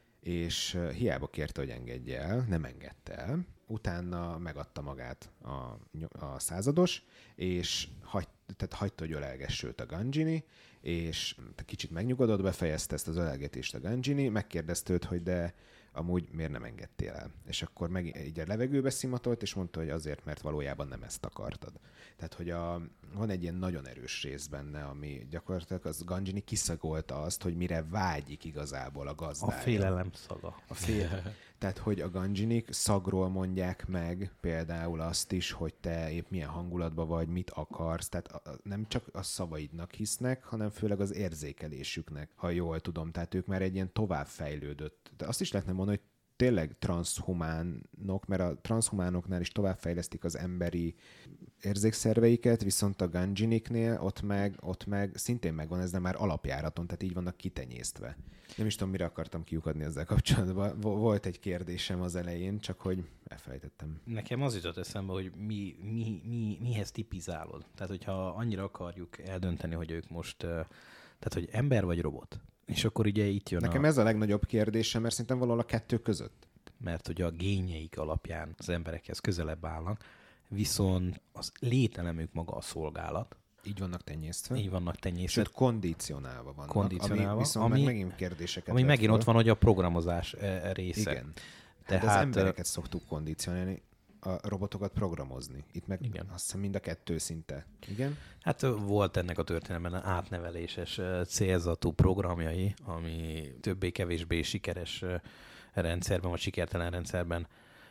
és hiába kérte, hogy engedje el, nem engedte el. Utána megadta magát a, a százados, és hagy, tehát hagyta, hogy ölelgesse őt a Ganjini, és kicsit megnyugodott, befejezte ezt az ölelgetést a Ganjini, megkérdezte őt, hogy de amúgy miért nem engedtél el? És akkor meg így a levegőbe szimatolt, és mondta, hogy azért, mert valójában nem ezt akartad. Tehát, hogy a, van egy ilyen nagyon erős rész benne, ami gyakorlatilag az Ganjini kiszagolta azt, hogy mire vágyik igazából a gazdája. A félelem szaga. A félelem. Tehát, hogy a Ganjinik szagról mondják meg például azt is, hogy te épp milyen hangulatban vagy, mit akarsz. Tehát nem csak a szavaidnak hisznek, hanem főleg az érzékelésüknek, ha jól tudom. Tehát ők már egy ilyen továbbfejlődött. De azt is lehetne mondani, hogy tényleg transzhumánok, mert a transzhumánoknál is továbbfejlesztik az emberi érzékszerveiket, viszont a Ganjiniknél ott meg, ott meg szintén megvan ez, de már alapjáraton, tehát így vannak kitenyésztve. Nem is tudom, mire akartam kiukadni ezzel kapcsolatban. Volt egy kérdésem az elején, csak hogy elfelejtettem. Nekem az jutott eszembe, hogy mi, mi, mi, mihez tipizálod. Tehát, hogyha annyira akarjuk eldönteni, hogy ők most, tehát, hogy ember vagy robot. És akkor ugye itt jön Nekem a... ez a legnagyobb kérdésem, mert szerintem valahol a kettő között. Mert ugye a génjeik alapján az emberekhez közelebb állnak, viszont az lételemük maga a szolgálat. Így vannak tenyésztve. Így vannak tenyésztve. Sőt, kondicionálva vannak. Kondicionálva. Ami viszont ami, meg megint kérdéseket Ami megint fel. ott van, hogy a programozás része. Igen. Tehát hát az embereket szoktuk kondicionálni. a robotokat programozni. Itt meg igen. Azt hiszem mind a kettő szinte. Igen? Hát volt ennek a történelemben átneveléses célzatú programjai, ami többé-kevésbé sikeres rendszerben, vagy sikertelen rendszerben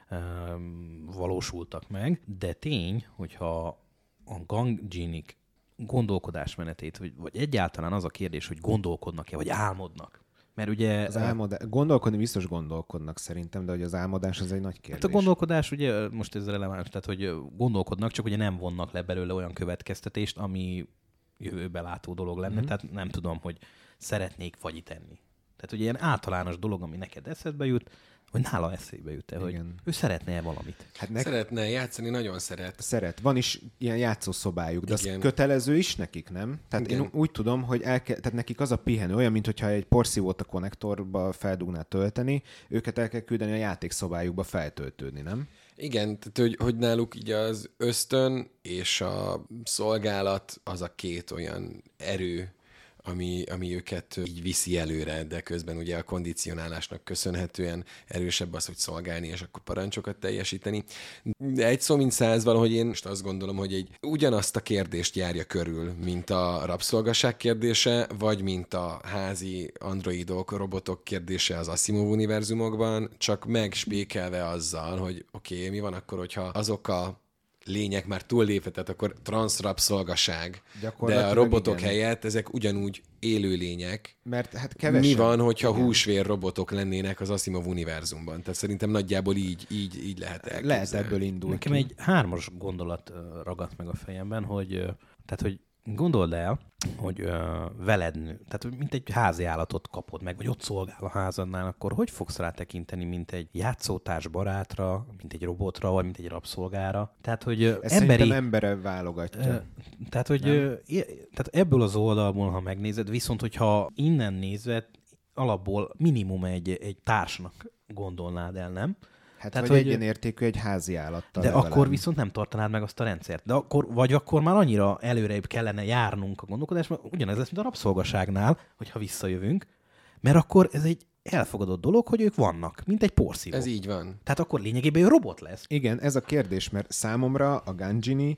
valósultak meg, de tény, hogyha a Gangini-k gondolkodásmenetét, vagy, vagy egyáltalán az a kérdés, hogy gondolkodnak-e, vagy álmodnak. Mert ugye... Az álmodás, gondolkodni biztos gondolkodnak szerintem, de hogy az álmodás az egy nagy kérdés. Hát a gondolkodás ugye most ez releváns, tehát hogy gondolkodnak, csak ugye nem vonnak le belőle olyan következtetést, ami jövőbe látó dolog lenne, mm-hmm. tehát nem tudom, hogy szeretnék fagyit enni. Tehát ugye ilyen általános dolog, ami neked eszedbe jut, hogy nála eszébe jut-e, hogy ő szeretne valamit. Hát nek... Szeretne játszani, nagyon szeret. Szeret. Van is ilyen játszószobájuk, de igen. Az kötelező is nekik, nem? Tehát igen. Én úgy tudom, hogy el kell, tehát nekik az a pihenő, olyan, mintha egy porszívót a konnektorba feldugná tölteni, őket el kell küldeni a játékszobájukba feltöltődni, nem? Igen, tehát hogy, hogy náluk így az ösztön és a szolgálat az a két olyan erő, Ami, ami őket így viszi előre, de közben ugye a kondicionálásnak köszönhetően erősebb az, hogy szolgálni, és akkor parancsokat teljesíteni. De egy szó mint száz, valahogy én most azt gondolom, hogy egy ugyanazt a kérdést járja körül, mint a rabszolgaság kérdése, vagy mint a házi androidok, robotok kérdése az Asimov univerzumokban, csak megspékelve azzal, hogy oké, okay, mi van akkor, hogyha azok a lények már túllépve, tehát akkor transzrabszolgaság, de a robotok igen. helyett ezek ugyanúgy élő lények. Mert hát kevesen. Mi van, hogyha igen. húsvér robotok lennének az Asimov univerzumban? Tehát szerintem nagyjából így, így, így lehet elképzelni. Lehet ebből indulni. Nekem egy hármas gondolat ragadt meg a fejemben, hogy, tehát, hogy gondold el, hogy ö, veled nő, tehát mint egy házi állatot kapod meg, vagy ott szolgál a házadnál, akkor hogy fogsz rá tekinteni, mint egy játszótárs barátra, mint egy robotra, vagy mint egy rabszolgára? Tehát, hogy ezt emberi... embere válogatja. Ö, tehát, hogy ö, tehát ebből az oldalból, ha megnézed, viszont, hogyha innen nézve, alapból minimum egy, egy társnak gondolnád el, nem? Hát tehát, vagy hogy egyenértékű egy házi állattal. De legalább. Akkor viszont nem tartanád meg azt a rendszert. De akkor, vagy akkor már annyira előrébb kellene járnunk a gondolkodásban, ugyanez lesz, mint a rabszolgaságnál, hogyha visszajövünk, mert akkor ez egy elfogadott dolog, hogy ők vannak, mint egy porszívó. Ez így van. Tehát akkor lényegében ő robot lesz. Igen, ez a kérdés, mert számomra a Gangini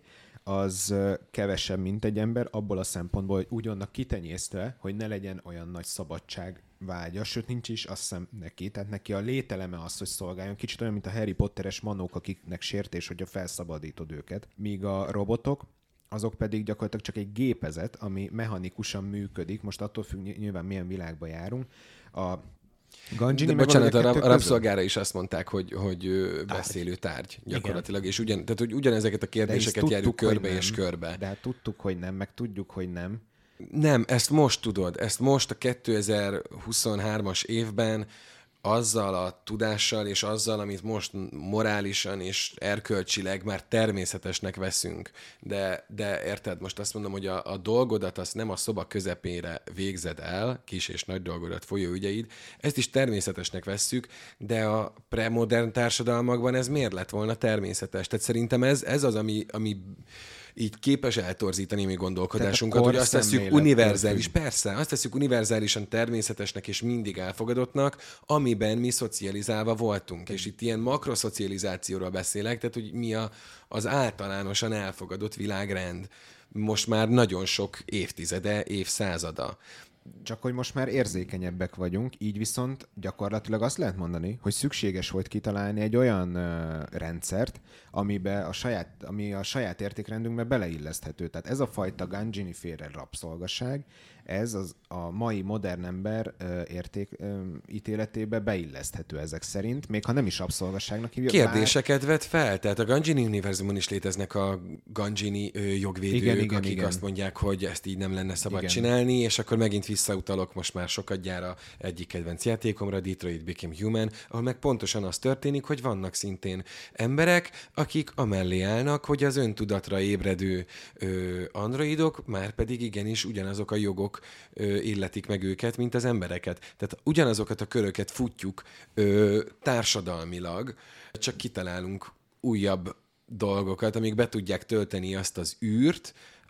az kevesebb, mint egy ember, abból a szempontból, hogy úgy vannak kitenyésztve, hogy ne legyen olyan nagy szabadság vágya, sőt nincs is azt hiszem neki, tehát neki a lételeme az, hogy szolgáljon, kicsit olyan, mint a Harry Potteres manók, akiknek sértés, hogyha felszabadítod őket. Míg a robotok, azok pedig gyakorlatilag csak egy gépezet, ami mechanikusan működik, most attól függ nyilván milyen világba járunk. A Gangini, de bocsánat, a, rab, a rabszolgára is azt mondták, hogy, hogy beszélő tárgy gyakorlatilag, igen. És ugyan, tehát, hogy ugyanezeket a kérdéseket járjuk körbe és körbe. De hát tudtuk, hogy nem, meg tudjuk, hogy nem. Nem, ezt most tudod, ezt most a kétezer-huszonhármas évben azzal a tudással és azzal, amit most morálisan és erkölcsileg már természetesnek veszünk. De, de érted, most azt mondom, hogy a, a dolgodat azt nem a szoba közepére végzed el, kis és nagy dolgodat, folyóügyeid, ezt is természetesnek vesszük, de a premodern társadalmakban ez miért lett volna természetes? Tehát szerintem ez, ez az, ami, ami így képes eltorzítani mi gondolkodásunkat, hogy azt tesszük univerzális, persze, azt tesszük univerzálisan természetesnek és mindig elfogadottnak, amiben mi szocializálva voltunk. És itt ilyen makroszocializációról beszélek, tehát hogy mi a, az általánosan elfogadott világrend. Most már nagyon sok évtizede, évszázada. Csak hogy most már érzékenyebbek vagyunk, így viszont gyakorlatilag azt lehet mondani, hogy szükséges volt kitalálni egy olyan uh, rendszert, amibe a saját, ami a saját értékrendünkbe beleilleszthető. Tehát ez a fajta Gangini féle rabszolgaság, ez az a mai modern ember uh, érték uh, ítéletébe beilleszthető ezek szerint, még ha nem is rabszolgaságnak hívja. Kérdéseket bár... vet fel, tehát a Gangini univerzumon is léteznek a Gangini uh, jogvédők, igen, igen, akik igen. azt mondják, hogy ezt így nem lenne szabad igen. csinálni, és akkor megint visszautalok most már sokadjára egyik kedvenc játékomra, Detroit Become Human, ahol meg pontosan az történik, hogy vannak szintén emberek, akik amellé állnak, hogy az öntudatra ébredő ö, androidok már pedig igenis ugyanazok a jogok ö, illetik meg őket, mint az embereket. Tehát ugyanazokat a köröket futjuk ö, társadalmilag, csak kitalálunk újabb dolgokat, amik be tudják tölteni azt az űrt,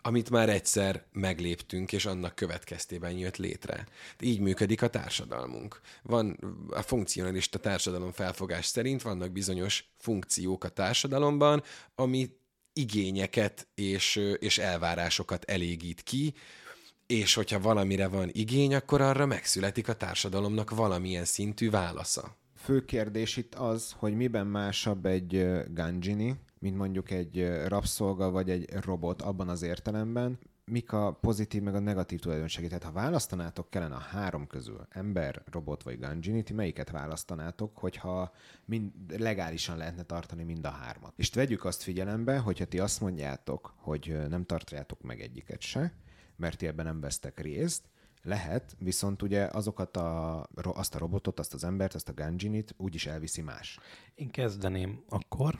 amit már egyszer megléptünk, és annak következtében jött létre. Így működik a társadalmunk. Van a funkcionalista társadalom felfogás szerint vannak bizonyos funkciók a társadalomban, ami igényeket és, és elvárásokat elégít ki, és hogyha valamire van igény, akkor arra megszületik a társadalomnak valamilyen szintű válasza. Fő kérdés itt az, hogy miben másabb egy Gangini, mint mondjuk egy rabszolga vagy egy robot abban az értelemben, mik a pozitív meg a negatív tulajdonságai. Tehát ha választanátok kellene a három közül, ember, robot vagy Gangini, ti melyiket választanátok, hogyha mind, legálisan lehetne tartani mind a hármat. És vegyük azt figyelembe, hogyha ti azt mondjátok, hogy nem tartjátok meg egyiket se, mert ti ebben nem vesztek részt, lehet, viszont ugye azokat a, azt a robotot, azt az embert, azt a Ganginit úgyis elviszi más. Én kezdeném akkor.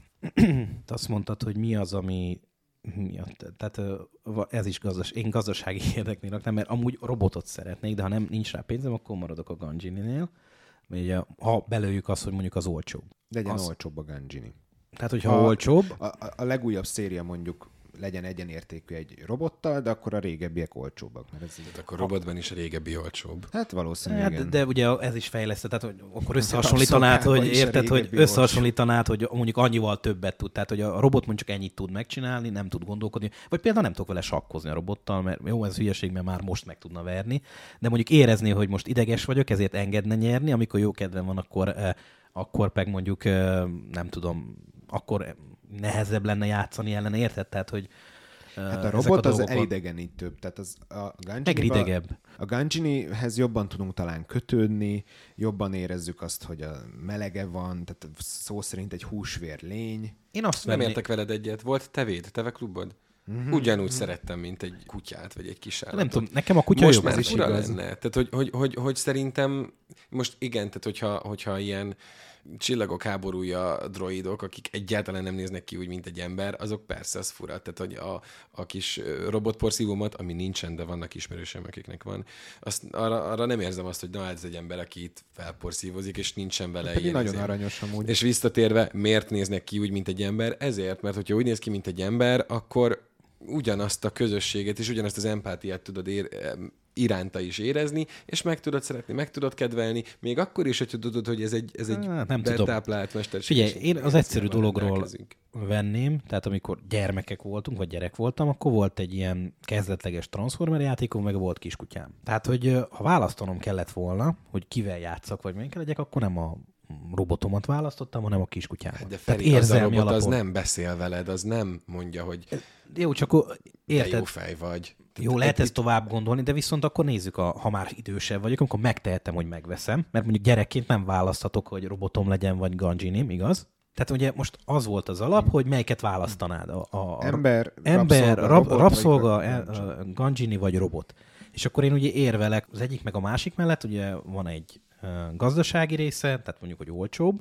Te azt mondtad, hogy mi az, ami miatt. Tehát ez is gazdas, én gazdasági érdeknél raknám, mert amúgy robotot szeretnék, de ha nem nincs rá pénzem, akkor maradok a Gangininél. Ugye, ha belőjük azt, hogy mondjuk az olcsóbb. Legyen az... olcsóbb a Gangini. Tehát, hogyha a, olcsóbb... A, a, a legújabb széria mondjuk legyen egyenértékű egy robottal, de akkor a régebbiek olcsóbbak. Mert ez így... Akkor robotban is a régebbi olcsóbb. Hát valószínűleg. Hát, de ugye ez is fejlesztett, tehát hogy akkor összehasonlítanád, hogy érted, hogy összehasonlítanád, hogy mondjuk annyival többet tud. Tehát, hogy a robot mondjuk ennyit tud megcsinálni, nem tud gondolkodni. Vagy például nem tudok vele sakkozni a robottal, mert jó, ez hülyeség, mert már most meg tudna verni. De mondjuk érezni, hogy most ideges vagyok, ezért engedne nyerni, amikor jó kedvem van, akkor, akkor meg mondjuk nem tudom, akkor nehezebb lenne játszani ellene, érted? Tehát, hogy hát a robot a az elidegenítőbb. Tehát az a Megridegebb. A Ganginihez jobban tudunk talán kötődni, jobban érezzük azt, hogy a melege van, tehát szó szerint egy húsvér lény. Én azt nem venni... értek veled egyet. Volt tevéd, teveklubod? Mm-hmm. Ugyanúgy mm-hmm. szerettem, mint egy kutyát, vagy egy kis állatot. Nem tudom, nekem a kutya most jobb, már az is fura igaz. lenne. Tehát, hogy, hogy, hogy, hogy szerintem, most igen, tehát hogyha, hogyha ilyen csillagok háborúja droidok, akik egyáltalán nem néznek ki úgy, mint egy ember, azok persze, az fura. Tehát, hogy a, a kis robotporszívómat, ami nincsen, de vannak ismerősöm, akiknek van, azt, arra, arra nem érzem azt, hogy na, ez egy ember, aki itt felporszívózik, és nincsen vele ilyen. Nagyon ezért. aranyos amúgy. És visszatérve, miért néznek ki úgy, mint egy ember? Ezért, mert hogyha úgy néz ki, mint egy ember, akkor ugyanazt a közösséget és ugyanazt az empátiát tudod ér, iránta is érezni, és meg tudod szeretni, meg tudod kedvelni, még akkor is, hogyha tudod, hogy ez egy, ez egy nem betáplált mesterség. Figyelj, én az egyszerű dologról venném, tehát amikor gyermekek voltunk, vagy gyerek voltam, akkor volt egy ilyen kezdetleges Transformer játékom, meg volt kiskutyám. Tehát, hogy ha választanom kellett volna, hogy kivel játszak, vagy milyen legyek, akkor nem a robotomat választottam, hanem a kiskutyámat. Hát de Feri, az a robot alapon... az nem beszél veled, az nem mondja, hogy jó, csak akkor érted. De jó fej vagy. Jó, lehet ezt tovább gondolni, de viszont akkor nézzük, a, ha már idősebb vagyok, akkor megtehetem, hogy megveszem, mert mondjuk gyerekként nem választhatok, hogy robotom legyen, vagy Ganginim, igaz? Tehát ugye most az volt az alap, hogy melyiket választanád. A, a, a ember, ember, rabszolga, rab, rabszolga vagy Gangini vagy robot. És akkor én ugye érvelek az egyik meg a másik mellett, ugye van egy uh, gazdasági része, tehát mondjuk, hogy olcsóbb.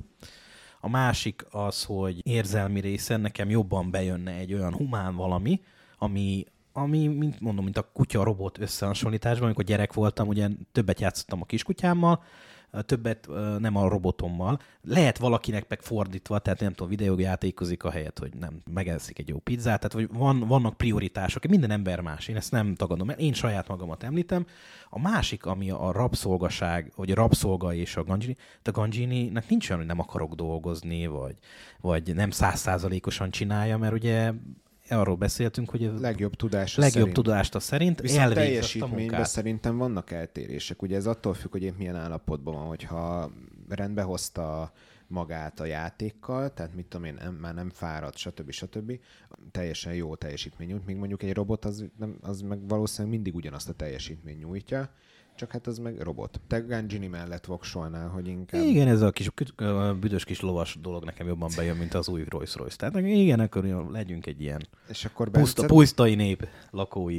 A másik az, hogy érzelmi része, nekem jobban bejönne egy olyan humán valami, ami, ami mint mondom, mint a kutya-robot összehasonlításban, amikor gyerek voltam, ugye többet játszottam a kiskutyámmal, többet nem a robotommal. Lehet valakinek meg fordítva, tehát nem tudom, videójátékozik a helyet, hogy nem megeszik egy jó pizzát, tehát hogy van, vannak prioritások, minden ember más, én ezt nem tagadom, én saját magamat említem. A másik, ami a rabszolgaság, vagy a rabszolga és a Gangini, de a Gangininek nincs olyan, hogy nem akarok dolgozni, vagy, vagy nem száz százalékosan csinálja, mert ugye arról beszéltünk, hogy a legjobb tudása legjobb szerint. tudást szerint viszont teljesítményben szerintem vannak eltérések. Ugye ez attól függ, hogy épp milyen állapotban van, hogyha rendbe hozta magát a játékkal, tehát mit tudom én, nem, már nem fáradt, stb. stb. Teljesen jó teljesítmény nyújt, míg mondjuk egy robot az, nem, az meg valószínűleg mindig ugyanazt a teljesítmény nyújtja, csak hát az meg robot. Te Gangini mellett voksolnál, hogy inkább... Igen, ez a kis a büdös kis lovas dolog nekem jobban bejön, mint az új Rolls-Royce. Tehát igen, akkor legyünk egy ilyen és akkor puszta, pusztai nép lakói.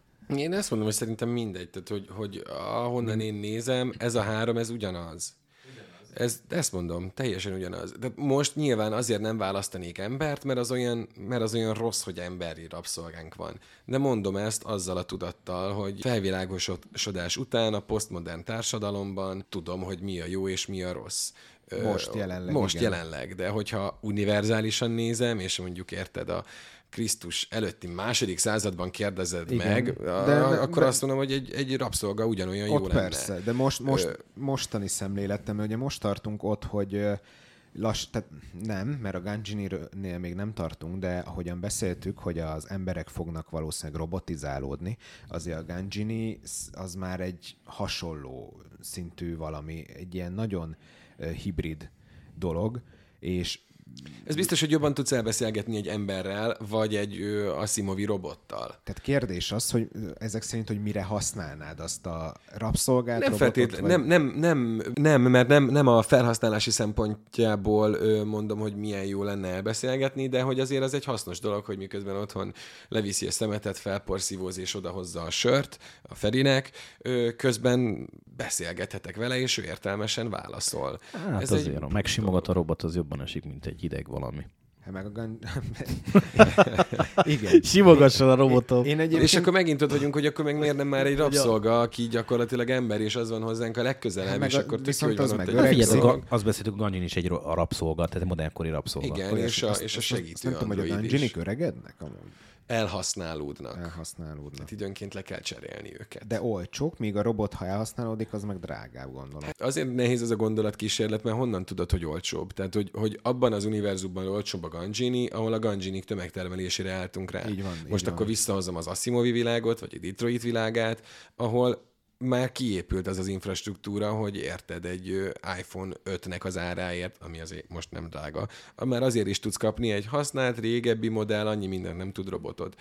Én ezt mondom, hogy szerintem mindegy. Tehát, hogy, hogy ahonnan én nézem, ez a három, ez ugyanaz. Ez, ezt mondom, teljesen ugyanaz. De most nyilván azért nem választanék embert, mert az olyan, mert az olyan rossz, hogy emberi rabszolgánk van. De mondom ezt azzal a tudattal, hogy felvilágosodás után a posztmodern társadalomban tudom, hogy mi a jó és mi a rossz. Most jelenleg, Most igen. jelenleg, de hogyha univerzálisan nézem, és mondjuk érted a Krisztus előtti második században kérdezed igen, meg, de, a, de, akkor de, azt mondom, hogy egy, egy rabszolga ugyanolyan jó lenne. Persze, de most, most Ö... mostani szemlélettem, ugye most tartunk ott, hogy lass, tehát nem, mert a Gangini-nél még nem tartunk, de ahogyan beszéltük, hogy az emberek fognak valószínűleg robotizálódni, azért a Gangini az már egy hasonló szintű valami, egy ilyen nagyon hibrid dolog, és ez biztos, hogy jobban tudsz elbeszélgetni egy emberrel, vagy egy ö, Asimovi robottal. Tehát kérdés az, hogy ezek szerint, hogy mire használnád azt a rabszolgát, nem robotot? Feltétlen, vagy... nem, nem, nem, nem, mert nem, nem a felhasználási szempontjából ö, mondom, hogy milyen jó lenne elbeszélgetni, de hogy azért az egy hasznos dolog, hogy miközben otthon leviszi a szemetet, felporszívóz és odahozza a sört a Ferinek, ö, közben beszélgethetek vele, és ő értelmesen válaszol. Hát Ez azért, egy... megsimogat a robot, az jobban esik, mint egy hideg valami. Hát meg a gun... Igen. Simogasson a robotot. Én egyébként... És akkor megint ott vagyunk, hogy akkor meg miért nem már egy rabszolga, aki gyakorlatilag ember, és az van hozzánk a legközelebb, és a... akkor tök jó, hogy van ott egy rabszolga. Azt beszéltük, hogy Gangini is egy a rabszolga, tehát egy modernkori rabszolga. Igen, Olyan, és, a, és a segítő nem tudom, hogy a Ganginik öregednek amúgy. Elhasználódnak. Elhasználódnak. Hát időnként le kell cserélni őket. De olcsók, míg a robot, ha elhasználódik, az meg drágább, gondolom. Hát azért nehéz ez a gondolatkísérlet, mert honnan tudod, hogy olcsóbb? Tehát, hogy, hogy abban az univerzumban olcsóbb a Gangini, ahol a Ganginik tömegtermelésére álltunk rá. Így van, Most így akkor van. Visszahozom az Asimovi világot, vagy a Detroit világát, ahol már kiépült az az infrastruktúra, hogy érted, egy iPhone ötnek az áráért, ami azért most nem drága, már azért is tudsz kapni egy használt, régebbi modell, annyi mindent nem tud robotot.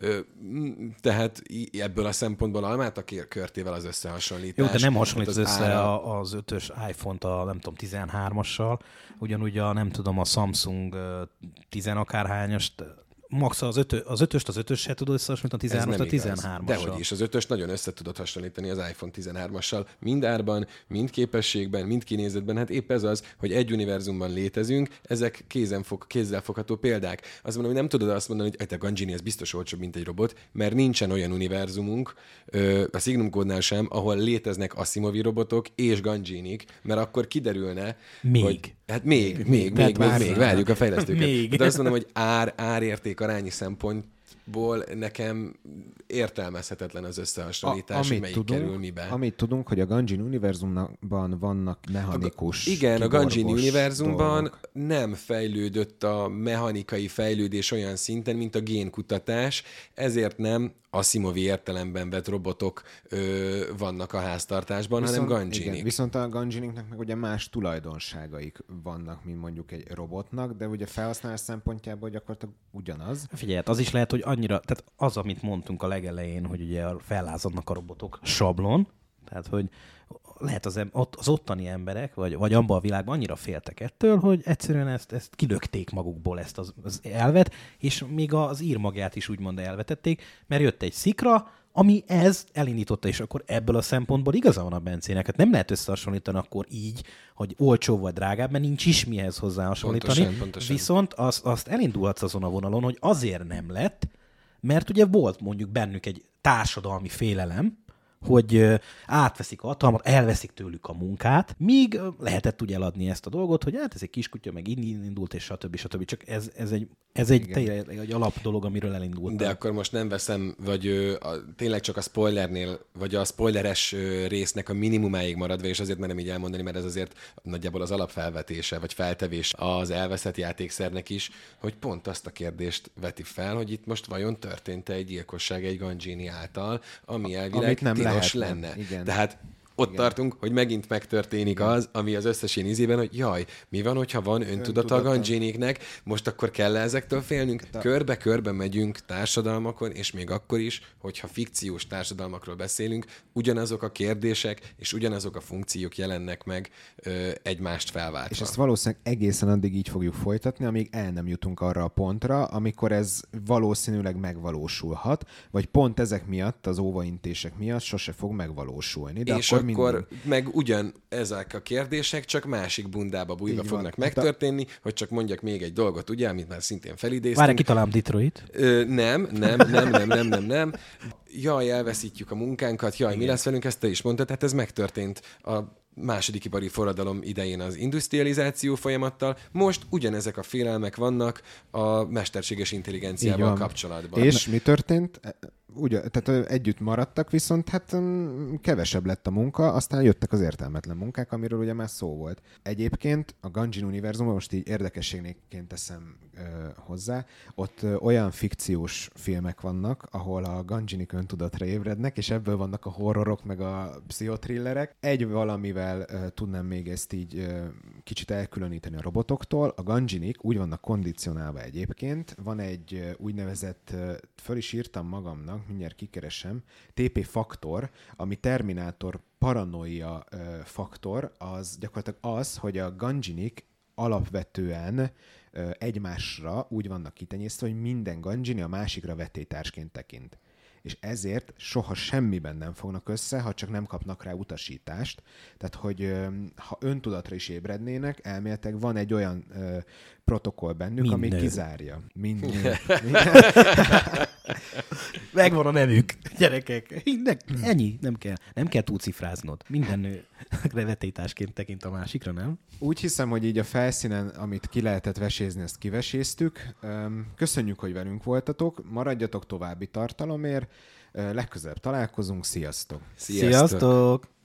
Tehát ebből a szempontból almát a körtével az összehasonlítás. Jó, de nem hasonlít az össze ára... az ötös iPhone-t a nem tudom tizenhármassal, ugyanúgy a nem tudom a Samsung tizenakárhányast, max az, ötö, az ötöst az ötössel tudod összehasonlítani, a tizenhármast a tizenhármassal. Dehogy is, az ötöst nagyon össze tudod hasonlítani az iPhone tizenhármassal. Mind árban, mind képességben, mind kinézetben. Hát épp ez az, hogy egy univerzumban létezünk, ezek kézenfog, kézzelfogható példák. Azt mondom, hogy nem tudod azt mondani, hogy a Gangini ez biztos olcsóbb, mint egy robot, mert nincsen olyan univerzumunk, a Signum Code-nál sem, ahol léteznek Asimovi robotok és Ganginik, mert akkor kiderülne, még. hogy hát még, még, még, még, még, még, várjuk a fejlesztőket. Még. De azt mondom, hogy ár, árérték arányi szempontból nekem értelmezhetetlen az összehasonlítás, hogy melyik tudunk, kerül mibe. Amit tudunk, hogy a Gangini univerzumban vannak mechanikus a, Igen, a Gangini univerzumban dolgok. Nem fejlődött a mechanikai fejlődés olyan szinten, mint a génkutatás, ezért nem Asimovi értelemben vett robotok ö, vannak a háztartásban, viszont, hanem Ganginik. Viszont a Ganginiknek meg ugye más tulajdonságaik vannak, mint mondjuk egy robotnak, de ugye felhasználás szempontjából gyakorlatilag ugyanaz. Figyelj, az is lehet, hogy annyira, tehát az, amit mondtunk a legelején, hogy ugye fellázadnak a robotok sablon, tehát hogy lehet az, az ottani emberek, vagy, vagy abban a világban annyira féltek ettől, hogy egyszerűen ezt, ezt kilökték magukból ezt az, az elvet, és még az írmagját is úgymond elvetették, mert jött egy szikra, ami ez elindította, és akkor ebből a szempontból igaza van a Bencének. Hát nem lehet összehasonlítani akkor így, hogy olcsó vagy drágább, mert nincs is mihez hozzá hasonlítani. Pontosan, pontosan. Viszont azt, azt elindulhatsz azon a vonalon, hogy azért nem lett, mert ugye volt mondjuk bennük egy társadalmi félelem, hogy átveszik a hatalmat, elveszik tőlük a munkát, míg lehetett úgy eladni ezt a dolgot, hogy hát ez egy kiskutya, meg indult, és stb. stb. Csak ez, ez egy, ez egy, tényleg, egy alap dolog, amiről elindult. De akkor most nem veszem, vagy ö, a, tényleg csak a spoilernél, vagy a spoileres ö, résznek a minimumáig maradva, és azért merem így elmondani, mert ez azért nagyjából az alapfelvetése, vagy feltevés az elveszett játékszernek is, hogy pont azt a kérdést veti fel, hogy itt most vajon történt-e egy gyilkosság egy Gangini által, ami elvileg tilos lenne. Igen. Tehát ott Igen. tartunk, hogy megint megtörténik Igen. az, ami az összes én ízében, hogy jaj, mi van, hogyha van öntudata a Ganginiknek, most akkor kell ezektől félnünk? De... Körbe-körbe megyünk társadalmakon, és még akkor is, hogyha fikciós társadalmakról beszélünk, ugyanazok a kérdések és ugyanazok a funkciók jelennek meg ö, egymást felváltva. És ezt valószínűleg egészen addig így fogjuk folytatni, amíg el nem jutunk arra a pontra, amikor ez valószínűleg megvalósulhat, vagy pont ezek miatt, az óvaintések miatt sose fog megvalósulni. De és akkor akkor mindig. meg ugyan ezek a kérdések csak másik bundába bújva Így fognak van. megtörténni, a... hogy csak mondjak még egy dolgot, ugye, amit már szintén felidéztünk. Várj, kitalálom Detroit. Ö, nem, nem, nem, nem, nem, nem, nem. Jaj, elveszítjük a munkánkat, jaj, mi lesz velünk, ezt te is mondtad, hát ez megtörtént a második ipari forradalom idején az industrializáció folyamattal. Most ugyanezek a félelmek vannak a mesterséges intelligenciával kapcsolatban. És mi történt? Ugye, tehát együtt maradtak, viszont hát kevesebb lett a munka, aztán jöttek az értelmetlen munkák, amiről ugye már szó volt. Egyébként a Gungeon univerzumban, most így érdekességként teszem ö, hozzá, ott ö, olyan fikciós filmek vannak, ahol a Gungeonik öntudatra ébrednek, és ebből vannak a horrorok, meg a pszichotrillerek. Egy valamivel ö, tudnám még ezt így ö, kicsit elkülöníteni a robotoktól. A Gungeonik úgy vannak kondicionálva egyébként, van egy ö, úgynevezett, ö, föl is írtam magamnak, mindjárt kikeresem, té pé faktor, ami Terminátor paranoia ö, faktor, az gyakorlatilag az, hogy a Gungeonik alapvetően ö, egymásra úgy vannak kitenyésztve, hogy minden Gungeoni a másikra vetélytársként tekint. És ezért soha semmiben nem fognak össze, ha csak nem kapnak rá utasítást. Tehát, hogy ö, ha öntudatra is ébrednének, elméletileg van egy olyan ö, protokoll bennük, Minden. ami kizárja. Minden. Megvan a nevük, gyerekek. Ne, ennyi, nem kell. Nem kell túlcifráznod. Minden nő revetétásként tekint a másikra, nem? Úgy hiszem, hogy így a felszínen, amit ki lehetett vesézni, ezt kiveséztük. Köszönjük, hogy velünk voltatok. Maradjatok további tartalomért. Legközelebb találkozunk. Sziasztok! Sziasztok! Sziasztok!